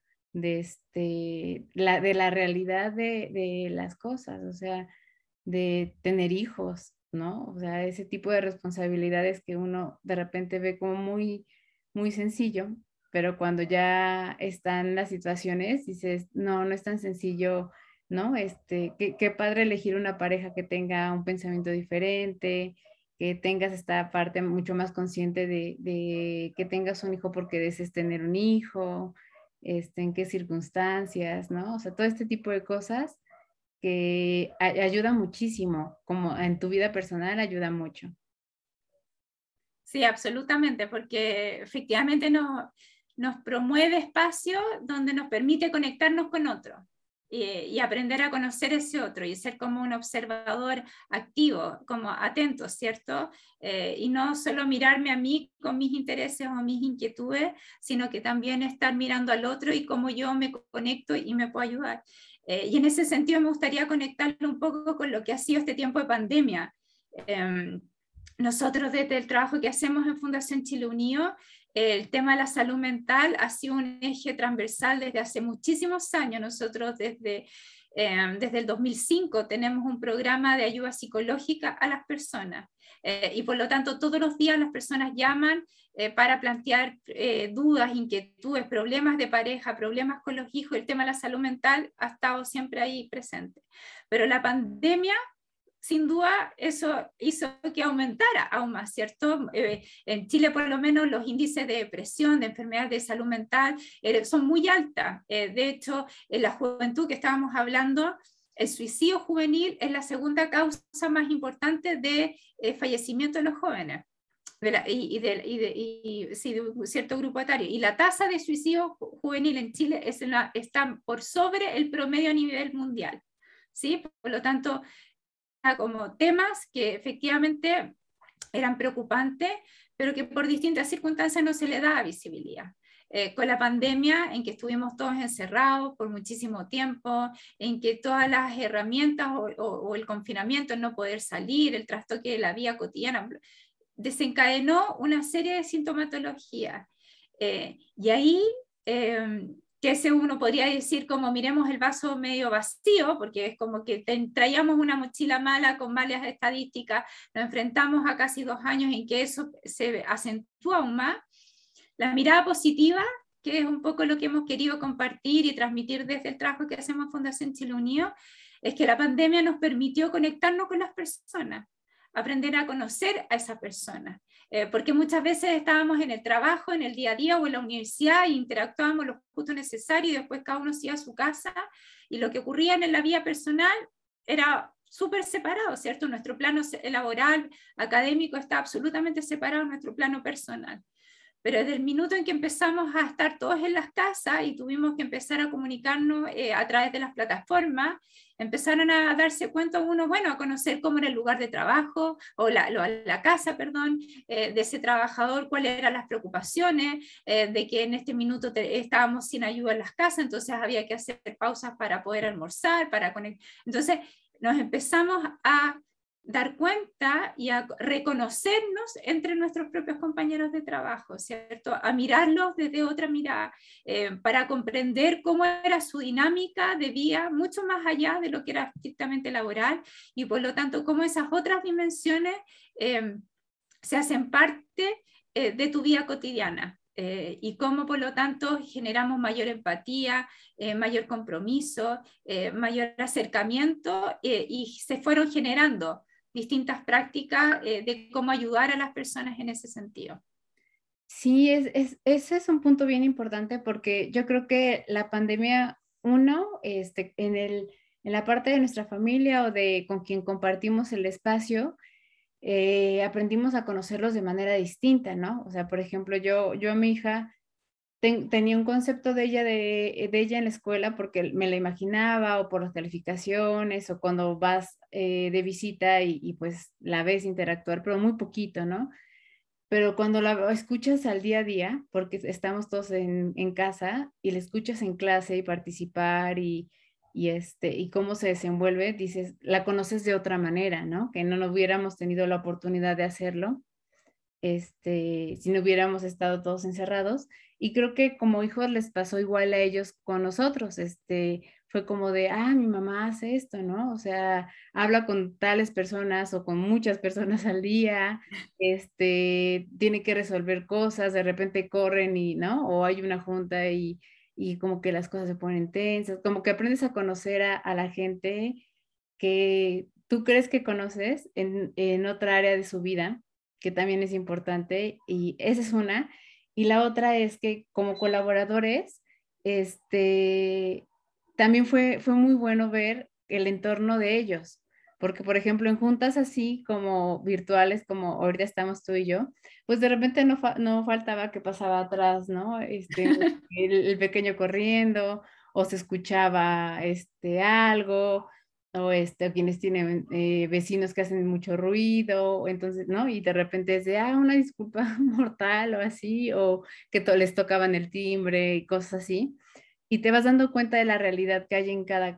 de la realidad de las cosas, o sea, de tener hijos, ¿no? O sea, ese tipo de responsabilidades que uno de repente ve como muy, muy sencillo, pero cuando ya están las situaciones, dices, no, no es tan sencillo, ¿no? Qué padre elegir una pareja que tenga un pensamiento diferente, que tengas esta parte mucho más consciente de que tengas un hijo porque desees tener un hijo, en qué circunstancias, ¿no? O sea, todo este tipo de cosas que ayuda muchísimo, como en tu vida personal ayuda mucho. Sí, absolutamente, porque efectivamente nos promueve espacios donde nos permite conectarnos con otros y aprender a conocer ese otro y ser como un observador activo, como atento, ¿cierto? Y no solo mirarme a mí con mis intereses o mis inquietudes, sino que también estar mirando al otro y cómo yo me conecto y me puedo ayudar. Y en ese sentido me gustaría conectarlo un poco con lo que ha sido este tiempo de pandemia. Nosotros desde el trabajo que hacemos en Fundación Chile Unido, el tema de la salud mental ha sido un eje transversal desde hace muchísimos años. Nosotros desde el 2005 tenemos un programa de ayuda psicológica a las personas y por lo tanto todos los días las personas llaman para plantear dudas, inquietudes, problemas de pareja, problemas con los hijos. El tema de la salud mental ha estado siempre ahí presente. Pero la pandemia, sin duda, eso hizo que aumentara aún más, ¿cierto? En Chile, por lo menos, los índices de depresión, de enfermedades de salud mental, son muy altas. De hecho, en la juventud que estábamos hablando, el suicidio juvenil es la segunda causa más importante de fallecimiento de los jóvenes. Sí, de un cierto grupo etario. Y la tasa de suicidio juvenil en Chile está por sobre el promedio a nivel mundial, ¿sí? Por lo tanto, como temas que efectivamente eran preocupantes, pero que por distintas circunstancias no se le daba visibilidad. Con la pandemia, en que estuvimos todos encerrados por muchísimo tiempo, en que todas las herramientas o el confinamiento, el no poder salir, el trastoque de la vida cotidiana, desencadenó una serie de sintomatologías. Y ahí, que ese uno podría decir como miremos el vaso medio vacío, porque es como que traíamos una mochila mala con malas estadísticas, nos enfrentamos a casi 2 años en que eso se acentúa aún más. La mirada positiva, que es un poco lo que hemos querido compartir y transmitir desde el trabajo que hacemos en Fundación Chile Unido, es que la pandemia nos permitió conectarnos con las personas, aprender a conocer a esas personas, porque muchas veces estábamos en el trabajo, en el día a día o en la universidad e interactuábamos lo justo necesario y después cada uno se iba a su casa y lo que ocurría en la vida personal era súper separado, ¿cierto? Nuestro plano laboral, académico está absolutamente separado de nuestro plano personal. Pero desde el minuto en que empezamos a estar todos en las casas y tuvimos que empezar a comunicarnos a través de las plataformas, empezaron a darse cuenta uno, bueno, a conocer cómo era el lugar de trabajo, o la casa, perdón, de ese trabajador, cuáles eran las preocupaciones, de que en este minuto estábamos sin ayuda en las casas, entonces había que hacer pausas para poder almorzar, para conectar. Entonces nos empezamos a dar cuenta y a reconocernos entre nuestros propios compañeros de trabajo, ¿cierto? A mirarlos desde otra mirada, para comprender cómo era su dinámica de vida, mucho más allá de lo que era estrictamente laboral, y por lo tanto, cómo esas otras dimensiones se hacen parte de tu vida cotidiana. Y cómo por lo tanto generamos mayor empatía, mayor compromiso, mayor acercamiento, y se fueron generando distintas prácticas de cómo ayudar a las personas en ese sentido. Sí, ese es un punto bien importante porque yo creo que la pandemia, en la parte de nuestra familia o de con quien compartimos el espacio, aprendimos a conocerlos de manera distinta, ¿no? O sea, por ejemplo, yo a mi hija tenía un concepto de ella en la escuela porque me la imaginaba, o por las calificaciones, o cuando vas de visita y pues la ves interactuar, pero muy poquito, ¿no? Pero cuando la escuchas al día a día, porque estamos todos en casa y la escuchas en clase y participar y cómo se desenvuelve, dices, la conoces de otra manera, ¿no? Que no hubiéramos tenido la oportunidad de hacerlo si no hubiéramos estado todos encerrados. Y creo que como hijos les pasó igual a ellos con nosotros. Fue como de, mi mamá hace esto, ¿no? O sea, habla con tales personas o con muchas personas al día, tiene que resolver cosas, de repente corren y, ¿no? O hay una junta y como que las cosas se ponen tensas, como que aprendes a conocer a la gente que tú crees que conoces en otra área de su vida, que también es importante, y esa es una. Y la otra es que como colaboradores, también fue muy bueno ver el entorno de ellos, porque por ejemplo en juntas así como virtuales, como ahorita estamos tú y yo, pues de repente no faltaba que pasaba atrás, ¿no? El pequeño corriendo, o se escuchaba algo, o quienes tienen vecinos que hacen mucho ruido, entonces, ¿no? Y de repente es de, una disculpa mortal o así, o que les tocaban el timbre y cosas así. y te vas dando cuenta de la realidad que hay en cada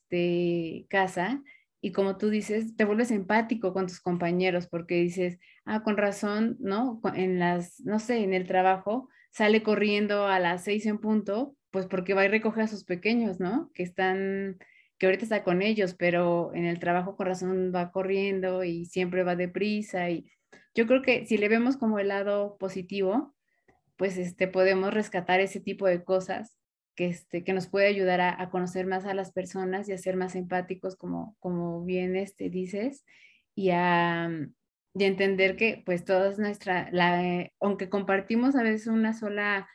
casa. Y como tú dices, te vuelves empático con tus compañeros porque dices, ah, con razón, ¿no? En las, no sé, en el trabajo sale corriendo a las 6 en punto, pues porque va y recoge a sus pequeños, ¿no? Que ahorita está con ellos, pero en el trabajo con razón va corriendo y siempre va deprisa. Y yo creo que si le vemos como el lado positivo, pues podemos rescatar ese tipo de cosas que nos puede ayudar a conocer más a las personas y a ser más empáticos, como bien dices, y y entender que pues todas aunque compartimos a veces una sola,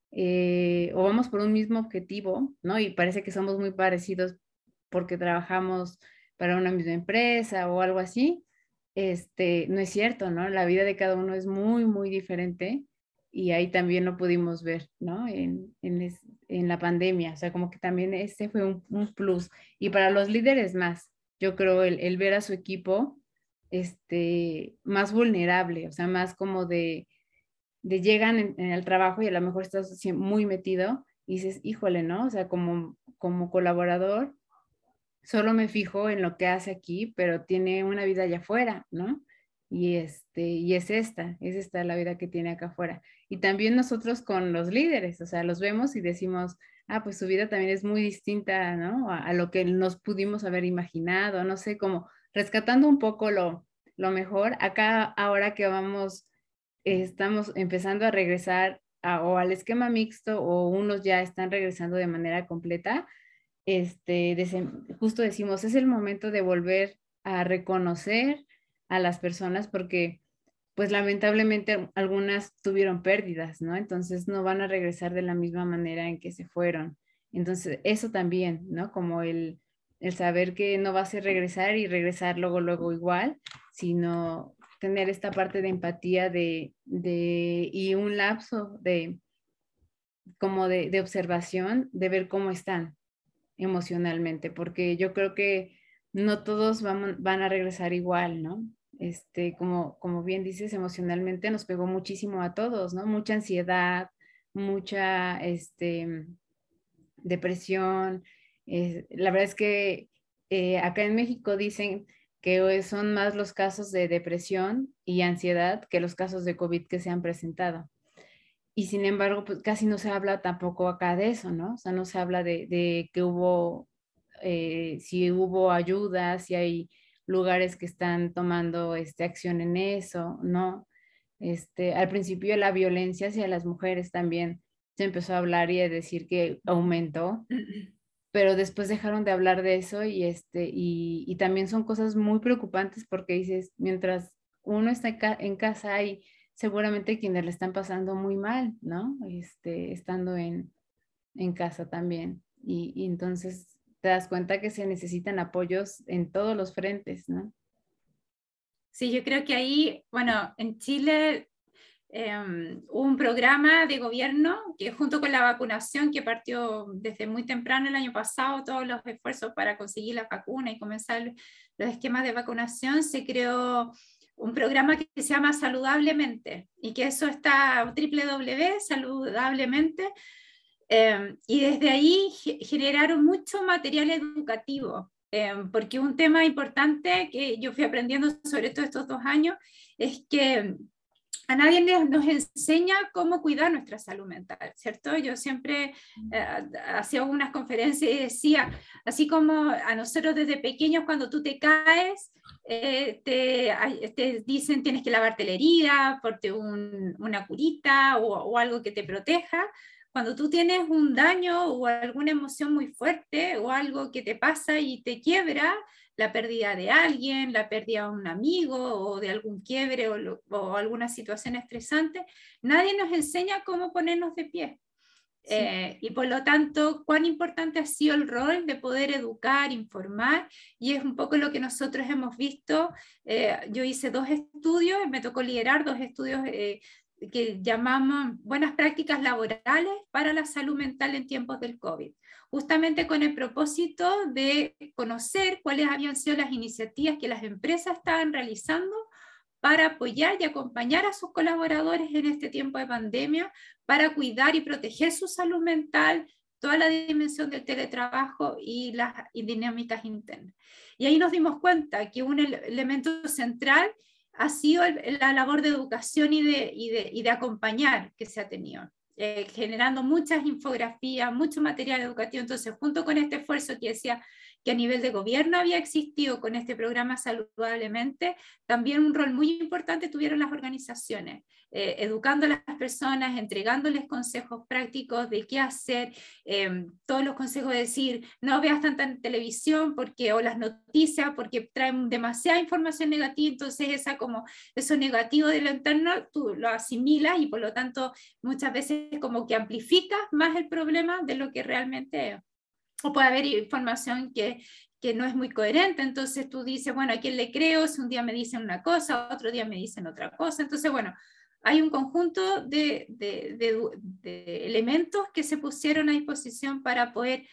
o vamos por un mismo objetivo, ¿no? Y parece que somos muy parecidos porque trabajamos para una misma empresa o algo así, no es cierto, ¿no? La vida de cada uno es muy, muy diferente y ahí también lo pudimos ver, ¿no? En la pandemia, o sea, como que también ese fue un plus. Y para los líderes más, yo creo el ver a su equipo más vulnerable, o sea, más como de llegan en el trabajo y a lo mejor estás muy metido y dices, híjole, ¿no? O sea, como colaborador, solo me fijo en lo que hace aquí, pero tiene una vida allá afuera, ¿no? Y es esta la vida que tiene acá afuera. Y también nosotros con los líderes, o sea, los vemos y decimos, ah, pues su vida también es muy distinta, ¿no? A lo que nos pudimos haber imaginado, no sé, como rescatando un poco lo mejor. Acá ahora que estamos empezando a regresar o al esquema mixto o unos ya están regresando de manera completa, justo decimos, es el momento de volver a reconocer a las personas porque pues lamentablemente algunas tuvieron pérdidas, ¿no? Entonces no van a regresar de la misma manera en que se fueron. Entonces eso también, ¿no? Como el saber que no va a ser regresar y regresar luego, luego igual, sino tener esta parte de empatía y un lapso de observación, de ver cómo están emocionalmente, porque yo creo que no todos van a regresar igual, ¿no? Como bien dices, emocionalmente nos pegó muchísimo a todos, ¿no? Mucha ansiedad, mucha depresión. La verdad es que acá en México dicen que son más los casos de depresión y ansiedad que los casos de COVID que se han presentado. Y sin embargo, pues casi no se habla tampoco acá de eso, ¿no? O sea, no se habla de que si hubo ayuda, si hay lugares que están tomando acción en eso, ¿no? Al principio la violencia hacia las mujeres también se empezó a hablar y a decir que aumentó, pero después dejaron de hablar de eso y también son cosas muy preocupantes porque dices, mientras uno está en casa hay seguramente quienes le están pasando muy mal, ¿no? Estando en casa también. Y entonces te das cuenta que se necesitan apoyos en todos los frentes, ¿no? Sí, yo creo que ahí, bueno, en Chile hubo un programa de gobierno que junto con la vacunación que partió desde muy temprano el año pasado, todos los esfuerzos para conseguir la vacuna y comenzar los esquemas de vacunación, se creó un programa que se llama Saludablemente y que eso está www.saludablemente y desde ahí generaron mucho material educativo. Porque un tema importante que yo fui aprendiendo sobre todo estos 2 años es que a nadie nos enseña cómo cuidar nuestra salud mental, ¿cierto? Yo siempre hacía unas conferencias y decía, así como a nosotros desde pequeños cuando tú te caes, te dicen tienes que lavarte la herida, ponte una curita o algo que te proteja. Cuando tú tienes un daño o alguna emoción muy fuerte o algo que te pasa y te quiebra, la pérdida de alguien, la pérdida de un amigo o de algún quiebre o alguna situación estresante, nadie nos enseña cómo ponernos de pie. Sí. Y por lo tanto, cuán importante ha sido el rol de poder educar, informar, y es un poco lo que nosotros hemos visto. Yo hice 2 estudios, me tocó liderar 2 estudios que llamamos buenas prácticas laborales para la salud mental en tiempos del COVID, justamente con el propósito de conocer cuáles habían sido las iniciativas que las empresas estaban realizando para apoyar y acompañar a sus colaboradores en este tiempo de pandemia, para cuidar y proteger su salud mental, toda la dimensión del teletrabajo y las dinámicas internas. Y ahí nos dimos cuenta que un elemento central ha sido la labor de educación y de acompañar que se ha tenido. Generando muchas infografías, mucho material educativo. Entonces, junto con este esfuerzo que decía que a nivel de gobierno había existido con este programa Saludablemente, también un rol muy importante tuvieron las organizaciones, educando a las personas, entregándoles consejos prácticos de qué hacer, todos los consejos de decir, no veas tanta televisión porque, o las noticias porque traen demasiada información negativa, entonces eso negativo de lo interno tú lo asimilas y por lo tanto muchas veces como que amplificas más el problema de lo que realmente es. O puede haber información que no es muy coherente, entonces tú dices, bueno, ¿a quién le creo? Si un día me dicen una cosa, otro día me dicen otra cosa, entonces bueno, hay un conjunto de elementos que se pusieron a disposición para poder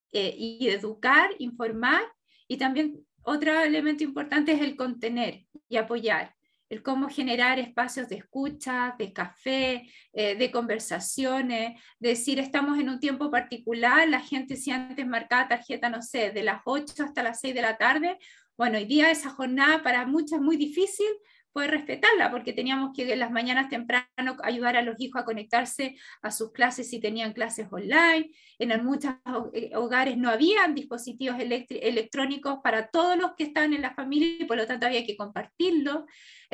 y educar, informar, y también otro elemento importante es el contener y apoyar, el cómo generar espacios de escucha, de café, de conversaciones, de decir, estamos en un tiempo particular, la gente si antes marcaba tarjeta, no sé, de las 8 hasta las 6 de la tarde, bueno, hoy día esa jornada para muchos es muy difícil poder respetarla, porque teníamos que en las mañanas temprano ayudar a los hijos a conectarse a sus clases si tenían clases online. En muchos hogares no había dispositivos electrónicos para todos los que estaban en la familia y por lo tanto había que compartirlo.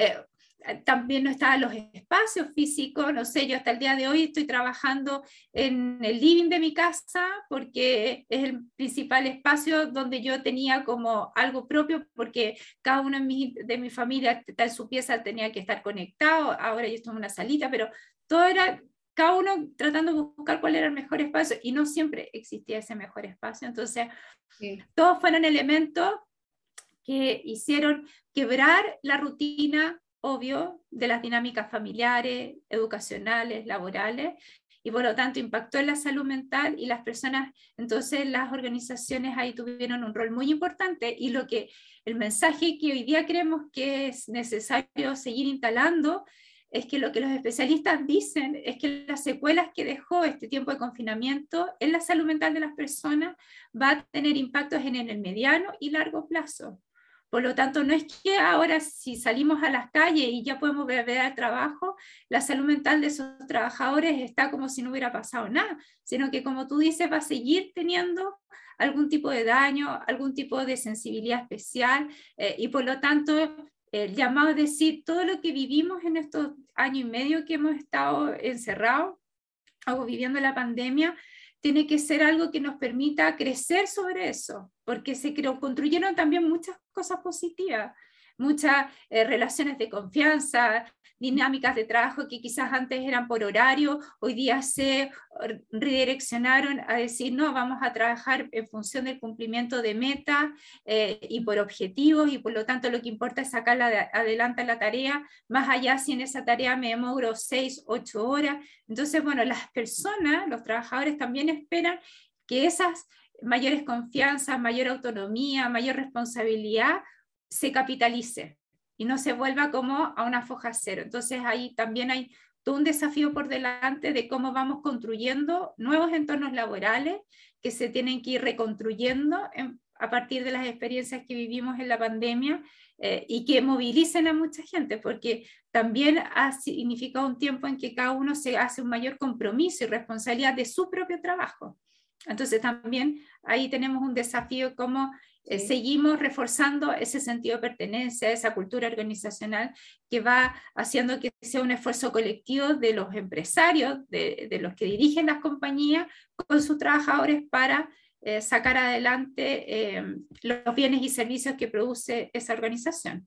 También no estaban los espacios físicos, no sé, yo hasta el día de hoy estoy trabajando en el living de mi casa porque es el principal espacio donde yo tenía como algo propio, porque cada uno de mi familia está en su pieza, tenía que estar conectado, ahora yo estoy en una salita, pero todo era cada uno tratando de buscar cuál era el mejor espacio y no siempre existía ese mejor espacio, entonces sí, todos fueron elementos que hicieron quebrar la rutina, obvio, de las dinámicas familiares, educacionales, laborales, y por lo tanto impactó en la salud mental y las personas, entonces las organizaciones ahí tuvieron un rol muy importante y el mensaje que hoy día creemos que es necesario seguir instalando es que lo que los especialistas dicen es que las secuelas que dejó este tiempo de confinamiento en la salud mental de las personas va a tener impactos en el mediano y largo plazo. Por lo tanto, no es que ahora si salimos a las calles y ya podemos volver al trabajo, la salud mental de esos trabajadores está como si no hubiera pasado nada, sino que como tú dices, va a seguir teniendo algún tipo de daño, algún tipo de sensibilidad especial y por lo tanto el llamado a decir todo lo que vivimos en estos años y medio que hemos estado encerrados o viviendo la pandemia, tiene que ser algo que nos permita crecer sobre eso, porque construyeron también muchas cosas positivas, muchas relaciones de confianza, dinámicas de trabajo que quizás antes eran por horario, hoy día se redireccionaron a decir, no, vamos a trabajar en función del cumplimiento de metas y por objetivos, y por lo tanto lo que importa es sacar adelante la tarea, más allá si en esa tarea me demoro 6, 8 horas. Entonces, bueno, las personas, los trabajadores también esperan que esas mayores confianzas, mayor autonomía, mayor responsabilidad se capitalice y no se vuelva como a una foja cero. Entonces ahí también hay todo un desafío por delante de cómo vamos construyendo nuevos entornos laborales que se tienen que ir reconstruyendo a partir de las experiencias que vivimos en la pandemia y que movilicen a mucha gente, porque también ha significado un tiempo en que cada uno se hace un mayor compromiso y responsabilidad de su propio trabajo. Entonces también ahí tenemos un desafío como seguimos reforzando ese sentido de pertenencia, esa cultura organizacional que va haciendo que sea un esfuerzo colectivo de los empresarios, de los que dirigen las compañías con sus trabajadores para sacar adelante los bienes y servicios que produce esa organización.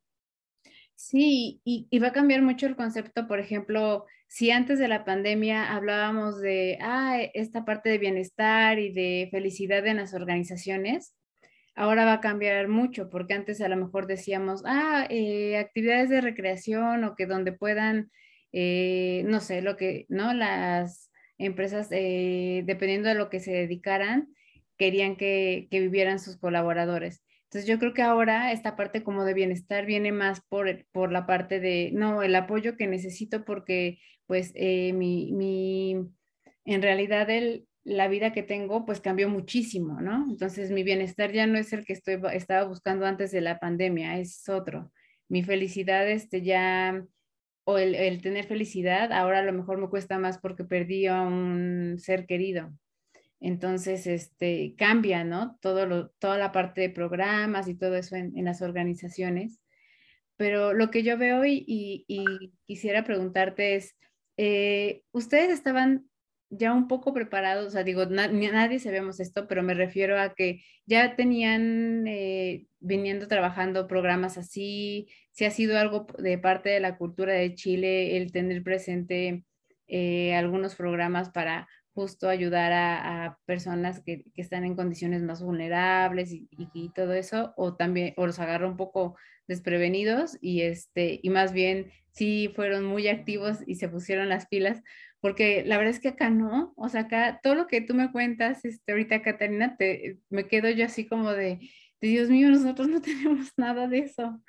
Sí, y va a cambiar mucho el concepto, por ejemplo, si antes de la pandemia hablábamos de esta parte de bienestar y de felicidad en las organizaciones, ahora va a cambiar mucho, porque antes a lo mejor decíamos, actividades de recreación o que donde puedan, no sé, ¿no? Las empresas, dependiendo de lo que se dedicaran, querían que vivieran sus colaboradores. Entonces yo creo que ahora esta parte como de bienestar viene más por la parte de, no, el apoyo que necesito porque pues en realidad la vida que tengo pues cambió muchísimo, ¿no? Entonces mi bienestar ya no es el que estaba buscando antes de la pandemia, es otro. Mi felicidad ya, o el tener felicidad, ahora a lo mejor me cuesta más porque perdí a un ser querido. Entonces, cambia, ¿no? Toda la parte de programas y todo eso en las organizaciones. Pero lo que yo veo y quisiera preguntarte es, ¿ustedes estaban ya un poco preparados? O sea, digo, nadie sabemos esto, pero me refiero a que ya tenían viniendo trabajando programas así, si ha sido algo de parte de la cultura de Chile el tener presente algunos programas para justo ayudar a personas que están en condiciones más vulnerables y todo eso, o también, o los agarra un poco desprevenidos y más bien sí fueron muy activos y se pusieron las pilas, porque la verdad es que acá no, o sea, acá todo lo que tú me cuentas ahorita, Catarina, me quedo yo así como de Dios mío, nosotros no tenemos nada de eso.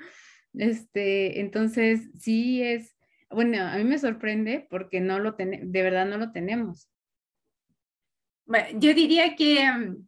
Entonces sí es, bueno, a mí me sorprende porque de verdad no lo tenemos. Bueno, yo diría que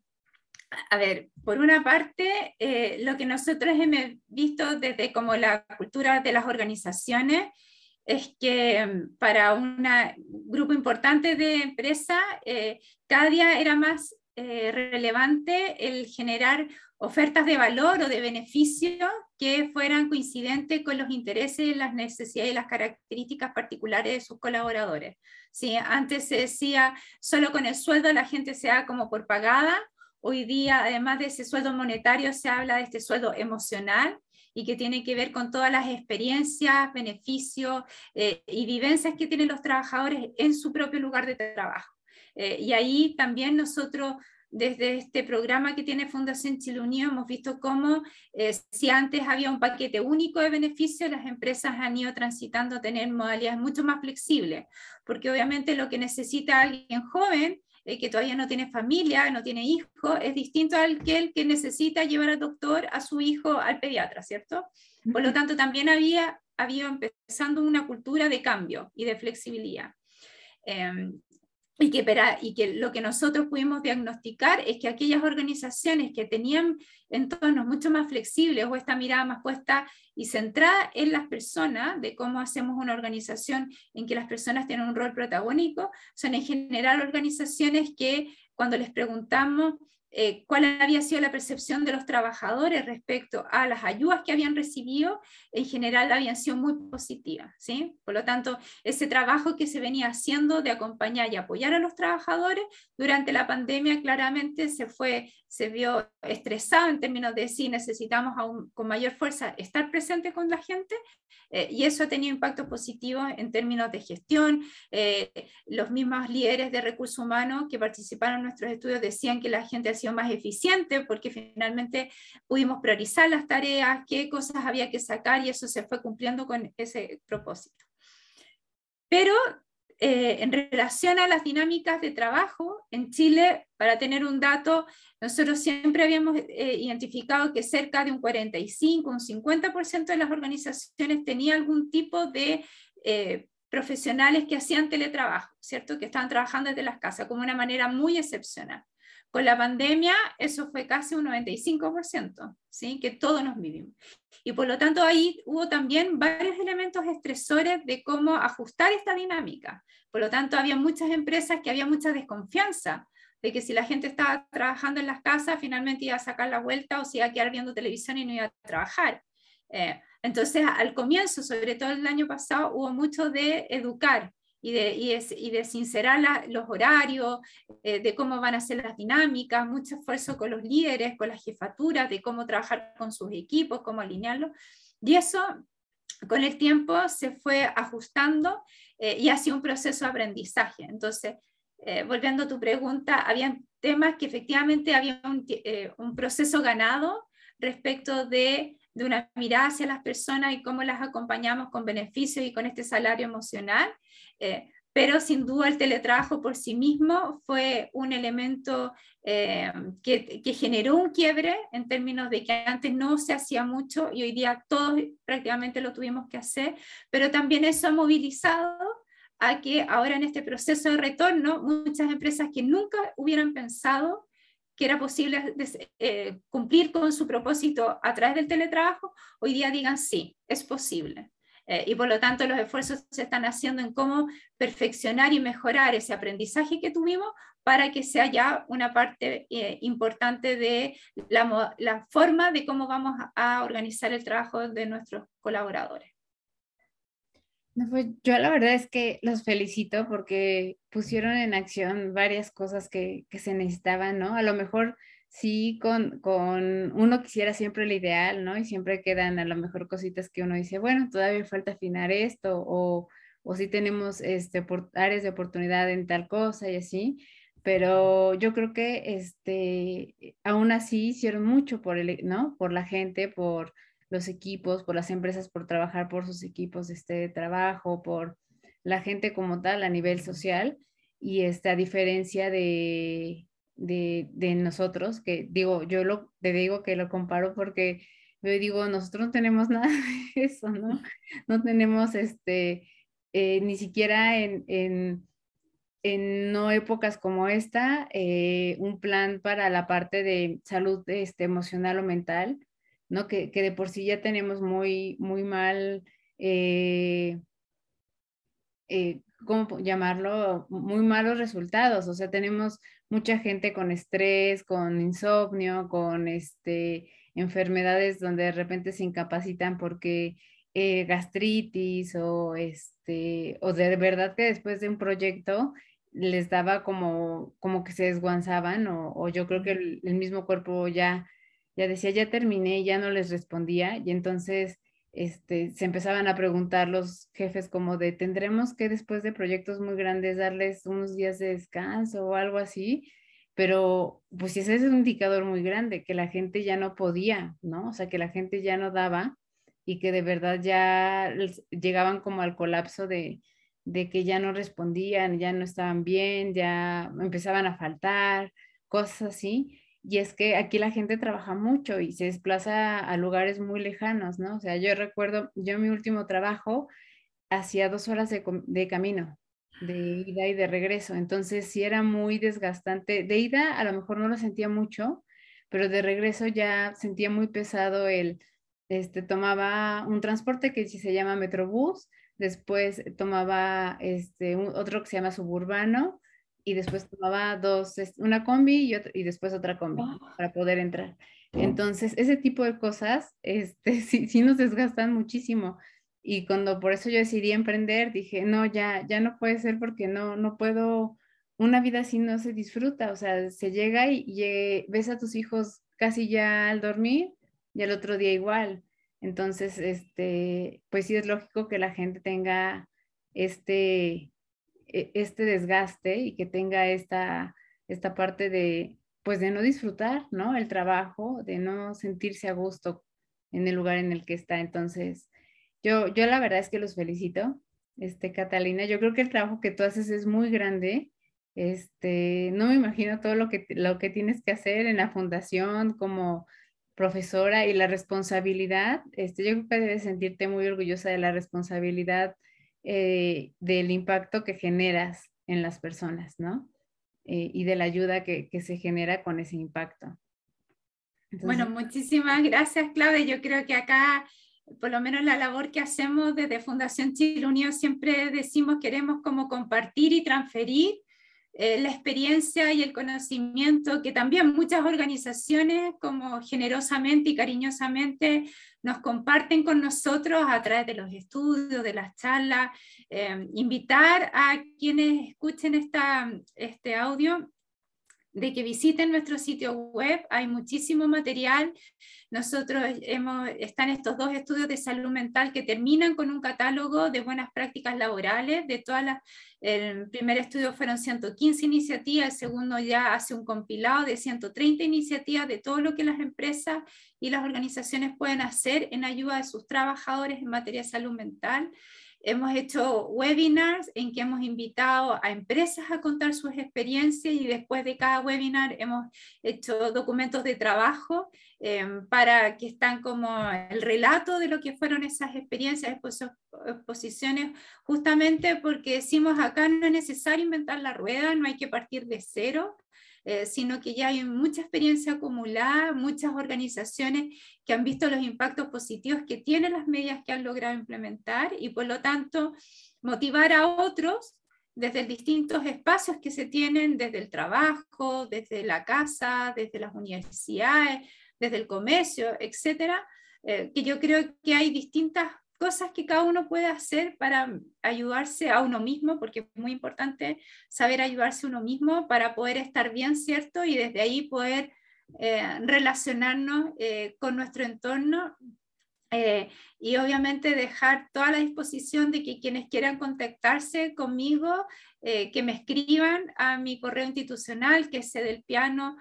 a ver, por una parte, lo que nosotros hemos visto desde como la cultura de las organizaciones es que para un grupo importante de empresas, cada día era más relevante el generar ofertas de valor o de beneficio que fueran coincidentes con los intereses, las necesidades y las características particulares de sus colaboradores. ¿Sí? Antes se decía, solo con el sueldo la gente se da como por pagada. Hoy día, además de ese sueldo monetario, se habla de este sueldo emocional y que tiene que ver con todas las experiencias, beneficios y vivencias que tienen los trabajadores en su propio lugar de trabajo. Y ahí también nosotros, desde este programa que tiene Fundación Chile Unido, hemos visto cómo si antes había un paquete único de beneficios, las empresas han ido transitando a tener modalidades mucho más flexibles, porque obviamente lo que necesita alguien joven que todavía no tiene familia, no tiene hijos, es distinto al que necesita llevar al doctor a su hijo al pediatra, ¿cierto? Por lo tanto, también había empezando una cultura de cambio y de flexibilidad. Y que lo que nosotros pudimos diagnosticar es que aquellas organizaciones que tenían entornos mucho más flexibles o esta mirada más puesta y centrada en las personas, de cómo hacemos una organización en que las personas tienen un rol protagónico, son en general organizaciones que cuando les preguntamos cuál había sido la percepción de los trabajadores respecto a las ayudas que habían recibido, en general habían sido muy positivas, ¿sí? Por lo tanto, ese trabajo que se venía haciendo de acompañar y apoyar a los trabajadores durante la pandemia claramente se vio estresado en términos de si necesitamos aún con mayor fuerza estar presente con la gente, y eso ha tenido impactos positivos en términos de gestión. Los mismos líderes de recursos humanos que participaron en nuestros estudios decían que la gente ha sido más eficiente porque finalmente pudimos priorizar las tareas, qué cosas había que sacar y eso se fue cumpliendo con ese propósito. Pero en relación a las dinámicas de trabajo, en Chile, para tener un dato, nosotros siempre habíamos identificado que cerca de un 45, un 50% de las organizaciones tenía algún tipo de profesionales que hacían teletrabajo, ¿cierto? Que estaban trabajando desde las casas, como una manera muy excepcional. Con la pandemia eso fue casi un 95%, ¿sí? Que todos nos vivimos. Y por lo tanto ahí hubo también varios elementos estresores de cómo ajustar esta dinámica. Por lo tanto había muchas empresas que había mucha desconfianza de que si la gente estaba trabajando en las casas finalmente iba a sacar la vuelta o se iba a quedar viendo televisión y no iba a trabajar. Entonces al comienzo, sobre todo el año pasado, hubo mucho de educar y de sincerar los horarios, de cómo van a ser las dinámicas, mucho esfuerzo con los líderes, con las jefaturas, de cómo trabajar con sus equipos, cómo alinearlos. Y eso con el tiempo se fue ajustando y ha sido un proceso de aprendizaje. Entonces, volviendo a tu pregunta, había temas que efectivamente había un proceso ganado respecto de una mirada hacia las personas y cómo las acompañamos con beneficios y con este salario emocional, pero sin duda el teletrabajo por sí mismo fue un elemento que generó un quiebre en términos de que antes no se hacía mucho y hoy día todos prácticamente lo tuvimos que hacer, pero también eso ha movilizado a que ahora en este proceso de retorno, muchas empresas que nunca hubieran pensado que era posible cumplir con su propósito a través del teletrabajo, hoy día digan sí, es posible. Y por lo tanto los esfuerzos se están haciendo en cómo perfeccionar y mejorar ese aprendizaje que tuvimos para que sea ya una parte importante de la forma de cómo vamos a organizar el trabajo de nuestros colaboradores. No, pues yo la verdad es que los felicito porque pusieron en acción varias cosas que se necesitaban, ¿no? A lo mejor sí con uno quisiera siempre el ideal, ¿no? Y siempre quedan a lo mejor cositas que uno dice, bueno, todavía falta afinar esto o sí tenemos áreas de oportunidad en tal cosa y así, pero yo creo que aún así hicieron mucho por ¿no? Por la gente, por los equipos, por las empresas, por trabajar por sus equipos de trabajo, por la gente como tal a nivel social y a diferencia de nosotros, que digo, te digo que lo comparo porque yo digo, nosotros no tenemos nada de eso, ¿no? No tenemos ni siquiera en no épocas como esta, un plan para la parte de salud emocional o mental, ¿no? Que de por sí ya tenemos muy, muy mal, ¿cómo llamarlo? Muy malos resultados. O sea, tenemos mucha gente con estrés, con insomnio, con enfermedades donde de repente se incapacitan porque gastritis o de verdad que después de un proyecto les daba como que se desguanzaban o yo creo que el mismo cuerpo ya decía, ya terminé, ya no les respondía y entonces se empezaban a preguntar los jefes como de, ¿tendremos que después de proyectos muy grandes darles unos días de descanso o algo así? Pero pues ese es un indicador muy grande, que la gente ya no podía, ¿no? O sea, que la gente ya no daba y que de verdad ya llegaban como al colapso de que ya no respondían, ya no estaban bien, ya empezaban a faltar, cosas así. Y es que aquí la gente trabaja mucho y se desplaza a lugares muy lejanos, ¿no? O sea, yo recuerdo, yo mi último trabajo hacía 2 horas de camino, de ida y de regreso. Entonces sí era muy desgastante. De ida a lo mejor no lo sentía mucho, pero de regreso ya sentía muy pesado tomaba un transporte que sí se llama Metrobús, después tomaba otro que se llama Suburbano y después tomaba una combi y después otra combi para poder entrar. Entonces, ese tipo de cosas, sí, sí nos desgastan muchísimo. Y cuando por eso yo decidí emprender, dije, no, ya no puede ser porque no puedo, una vida así no se disfruta, o sea, se llega y ves a tus hijos casi ya al dormir y al otro día igual. Entonces, pues sí es lógico que la gente tenga este desgaste y que tenga esta parte pues de no disfrutar, ¿no? El trabajo, de no sentirse a gusto en el lugar en el que está. Entonces, yo la verdad es que los felicito, Catalina. Yo creo que el trabajo que tú haces es muy grande. No me imagino todo lo que tienes que hacer en la fundación como profesora y la responsabilidad. Yo creo que debes sentirte muy orgullosa de la responsabilidad del impacto que generas en las personas, ¿no? Y de la ayuda que se genera con ese impacto. Bueno, muchísimas gracias, Claudia. Yo creo que acá, por lo menos la labor que hacemos desde Fundación Chile Unido, siempre decimos queremos como compartir y transferir la experiencia y el conocimiento que también muchas organizaciones como generosamente y cariñosamente nos comparten con nosotros a través de los estudios, de las charlas. Invitar a quienes escuchen este audio de que visiten nuestro sitio web, hay muchísimo material. Nosotros están estos 2 estudios de salud mental que terminan con un catálogo de buenas prácticas laborales. El primer estudio fueron 115 iniciativas, el segundo ya hace un compilado de 130 iniciativas de todo lo que las empresas y las organizaciones pueden hacer en ayuda de sus trabajadores en materia de salud mental. Hemos hecho webinars en que hemos invitado a empresas a contar sus experiencias y después de cada webinar hemos hecho documentos de trabajo para que están como el relato de lo que fueron esas experiencias, exposiciones, justamente porque decimos acá no es necesario inventar la rueda, no hay que partir de cero. Sino que ya hay mucha experiencia acumulada, muchas organizaciones que han visto los impactos positivos que tienen las medidas que han logrado implementar y por lo tanto motivar a otros desde distintos espacios que se tienen, desde el trabajo, desde la casa, desde las universidades, desde el comercio, etcétera, que yo creo que hay distintas cosas que cada uno puede hacer para ayudarse a uno mismo, porque es muy importante saber ayudarse a uno mismo para poder estar bien, ¿cierto? Y desde ahí poder relacionarnos con nuestro entorno y obviamente dejar toda la disposición de que quienes quieran contactarse conmigo, que me escriban a mi correo institucional, que es cedelpiano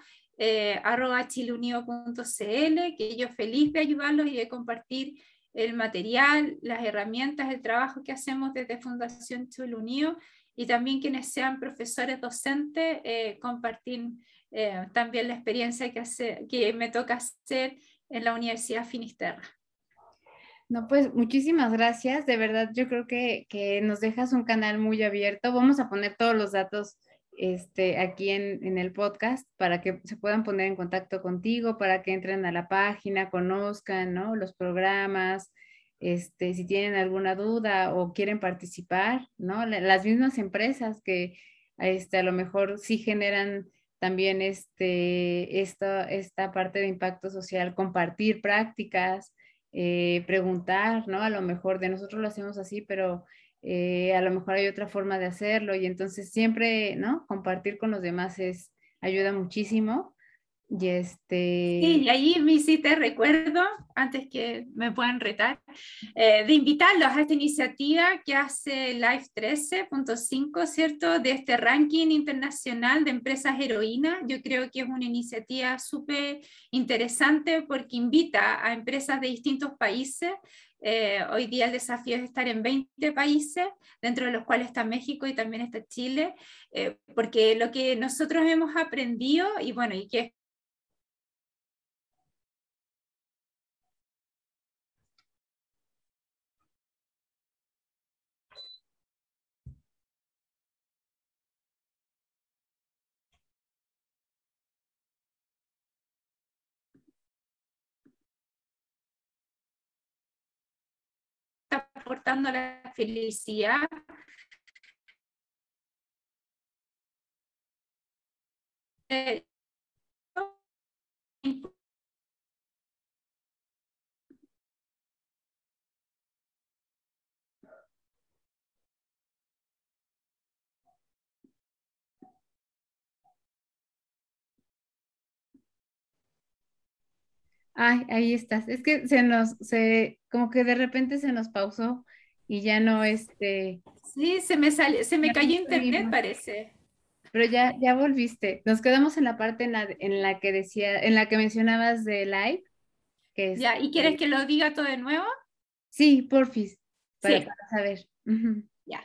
@chileunido.cl, que yo feliz de ayudarlos y de compartir el material, las herramientas, el trabajo que hacemos desde Fundación Chile Unido, y también quienes sean profesores docentes, compartir también la experiencia que me toca hacer en la Universidad Finisterra. No, pues muchísimas gracias. De verdad, yo creo que nos dejas un canal muy abierto. Vamos a poner todos los datos aquí en el podcast para que se puedan poner en contacto contigo, para que entren a la página, conozcan, ¿no?, los programas, si tienen alguna duda o quieren participar, ¿no? Las mismas empresas que a lo mejor sí generan también esta parte de impacto social, compartir prácticas, preguntar, ¿no? A lo mejor de nosotros lo hacemos así, pero a lo mejor hay otra forma de hacerlo y entonces siempre, ¿no?, compartir con los demás ayuda muchísimo. Y Sí, y ahí me hiciste recuerdo, antes que me puedan retar, de invitarlos a esta iniciativa que hace Life 13.5, ¿cierto?, de este ranking internacional de empresas heroínas. Yo creo que es una iniciativa súper interesante porque invita a empresas de distintos países. Hoy día el desafío es estar en 20 países, dentro de los cuales está México y también está Chile, porque lo que nosotros hemos aprendido, y bueno, y que está aportando la felicidad, ay, ahí estás. Es que como que de repente se nos pausó y ya no, sí, se me ya no cayó internet, seguimos. parece. Pero ya volviste. Nos quedamos en la parte en la que en la que mencionabas de live, que es, Ya, ¿y quieres que lo diga todo de nuevo? sí, porfis, para Sí, saber. Ujú. ya.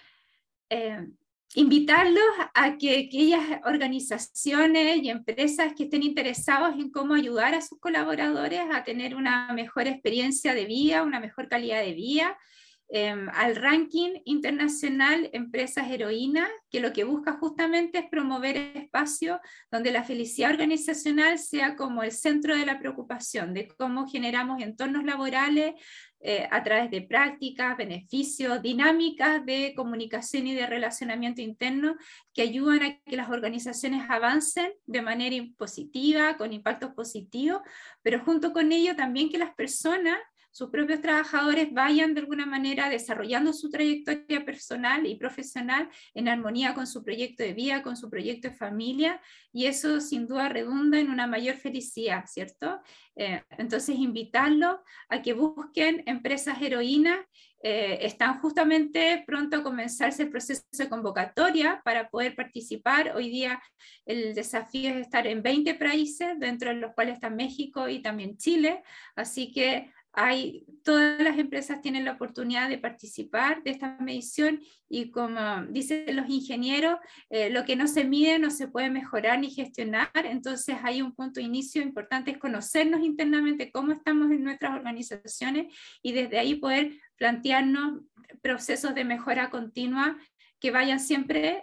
Invitarlos a que aquellas organizaciones y empresas que estén interesados en cómo ayudar a sus colaboradores a tener una mejor experiencia de vida, una mejor calidad de vida, al ranking internacional Empresas Heroínas, que lo que busca justamente es promover espacios donde la felicidad organizacional sea como el centro de la preocupación, de cómo generamos entornos laborales a través de prácticas, beneficios, dinámicas de comunicación y de relacionamiento interno que ayudan a que las organizaciones avancen de manera positiva, con impactos positivos, pero junto con ello también que las personas, sus propios trabajadores, vayan de alguna manera desarrollando su trayectoria personal y profesional en armonía con su proyecto de vida, con su proyecto de familia, y eso sin duda redunda en una mayor felicidad, ¿cierto? Entonces invitarlos a que busquen empresas heroínas. Están justamente pronto a comenzarse el proceso de convocatoria para poder participar. Hoy día el desafío es estar en 20 países, dentro de los cuales está México y también Chile, así que todas las empresas tienen la oportunidad de participar de esta medición y como dicen los ingenieros, lo que no se mide no se puede mejorar ni gestionar, entonces hay un punto de inicio importante, es conocernos internamente cómo estamos en nuestras organizaciones y desde ahí poder plantearnos procesos de mejora continua que vayan siempre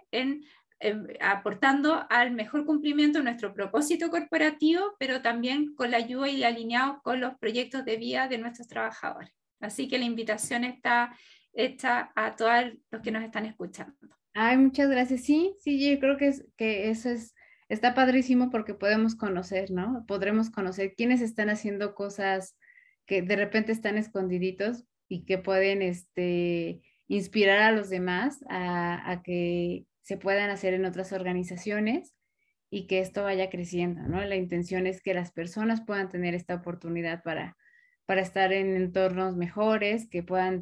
aportando al mejor cumplimiento de nuestro propósito corporativo, pero también con la ayuda y alineados con los proyectos de vida de nuestros trabajadores. Así que la invitación está hecha a todos los que nos están escuchando. Ay, muchas gracias. Sí, yo creo que eso está padrísimo porque podemos conocer, ¿no? Podremos conocer quiénes están haciendo cosas que de repente están escondiditos y que pueden inspirar a los demás a que se puedan hacer en otras organizaciones y que esto vaya creciendo, ¿no? La intención es que las personas puedan tener esta oportunidad para estar en entornos mejores, que podamos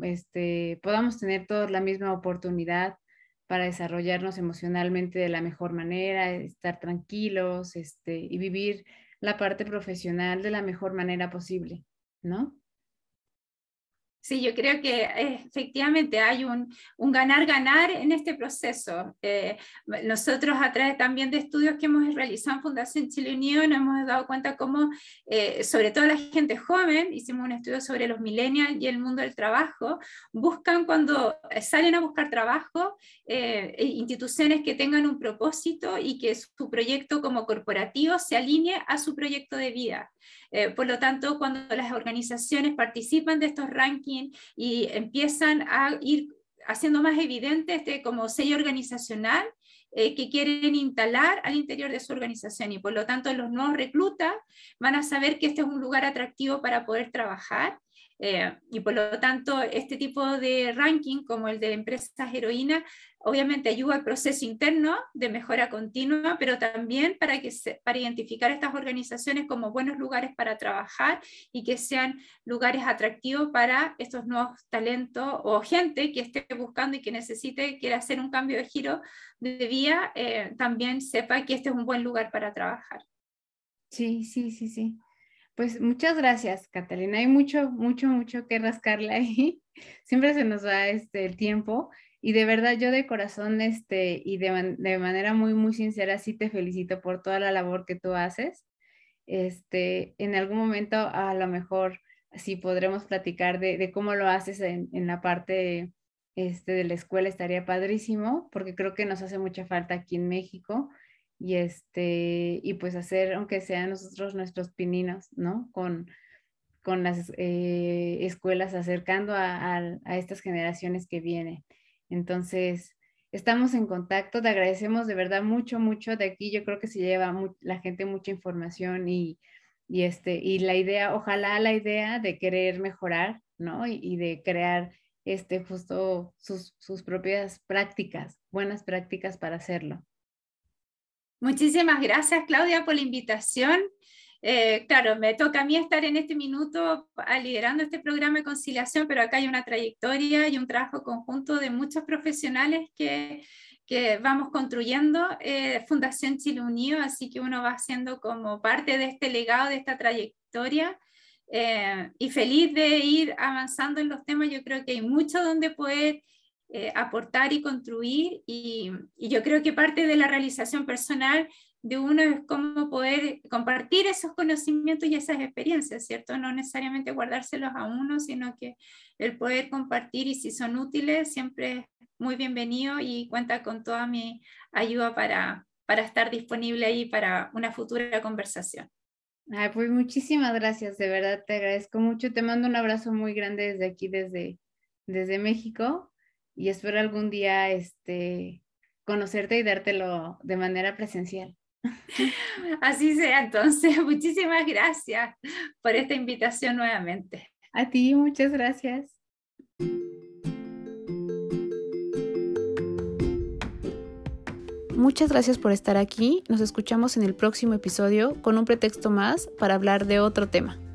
tener todos la misma oportunidad para desarrollarnos emocionalmente de la mejor manera, estar tranquilos, y vivir la parte profesional de la mejor manera posible, ¿no? Sí, yo creo que efectivamente hay un ganar-ganar en este proceso. Nosotros a través también de estudios que hemos realizado en Fundación Chile Unido nos hemos dado cuenta cómo, sobre todo la gente joven, hicimos un estudio sobre los millennials y el mundo del trabajo, buscan cuando salen a buscar trabajo, instituciones que tengan un propósito y que su proyecto como corporativo se alinee a su proyecto de vida. Por lo tanto, cuando las organizaciones participan de estos rankings y empiezan a ir haciendo más evidente como sello organizacional que quieren instalar al interior de su organización, y por lo tanto los nuevos reclutas van a saber que este es un lugar atractivo para poder trabajar. Y por lo tanto, este tipo de ranking, como el de empresas heroína, obviamente ayuda al proceso interno de mejora continua, pero también para identificar estas organizaciones como buenos lugares para trabajar y que sean lugares atractivos para estos nuevos talentos o gente que esté buscando y que quiera hacer un cambio de giro de vida, también sepa que este es un buen lugar para trabajar. Sí. Pues muchas gracias, Catalina. Hay mucho que rascarle ahí. Siempre se nos va el tiempo y de verdad yo de corazón y de manera muy, muy sincera sí te felicito por toda la labor que tú haces. En algún momento a lo mejor sí podremos platicar de cómo lo haces en la parte de la escuela, estaría padrísimo porque creo que nos hace mucha falta aquí en México. Y pues hacer, aunque sean nosotros nuestros pininos, ¿no? Con las escuelas acercando a estas generaciones que vienen. Entonces, estamos en contacto, te agradecemos de verdad mucho de aquí. Yo creo que se lleva la gente mucha información y la idea, ojalá la idea de querer mejorar, ¿no? Y de crear justo sus propias prácticas, buenas prácticas para hacerlo. Muchísimas gracias, Claudia, por la invitación. Claro, me toca a mí estar en este minuto liderando este programa de conciliación, pero acá hay una trayectoria y un trabajo conjunto de muchos profesionales que vamos construyendo Fundación Chile Unido, así que uno va haciendo como parte de este legado, de esta trayectoria, y feliz de ir avanzando en los temas. Yo creo que hay mucho donde poder aportar y construir, y yo creo que parte de la realización personal de uno es cómo poder compartir esos conocimientos y esas experiencias, ¿cierto? No necesariamente guardárselos a uno, sino que el poder compartir, y si son útiles, siempre es muy bienvenido y cuenta con toda mi ayuda para estar disponible ahí para una futura conversación. Ay, pues muchísimas gracias, de verdad te agradezco mucho, te mando un abrazo muy grande desde aquí, desde México. Y espero algún día conocerte y dártelo de manera presencial. Así sea, entonces, muchísimas gracias por esta invitación nuevamente. A ti, muchas gracias. Muchas gracias por estar aquí. Nos escuchamos en el próximo episodio con un pretexto más para hablar de otro tema.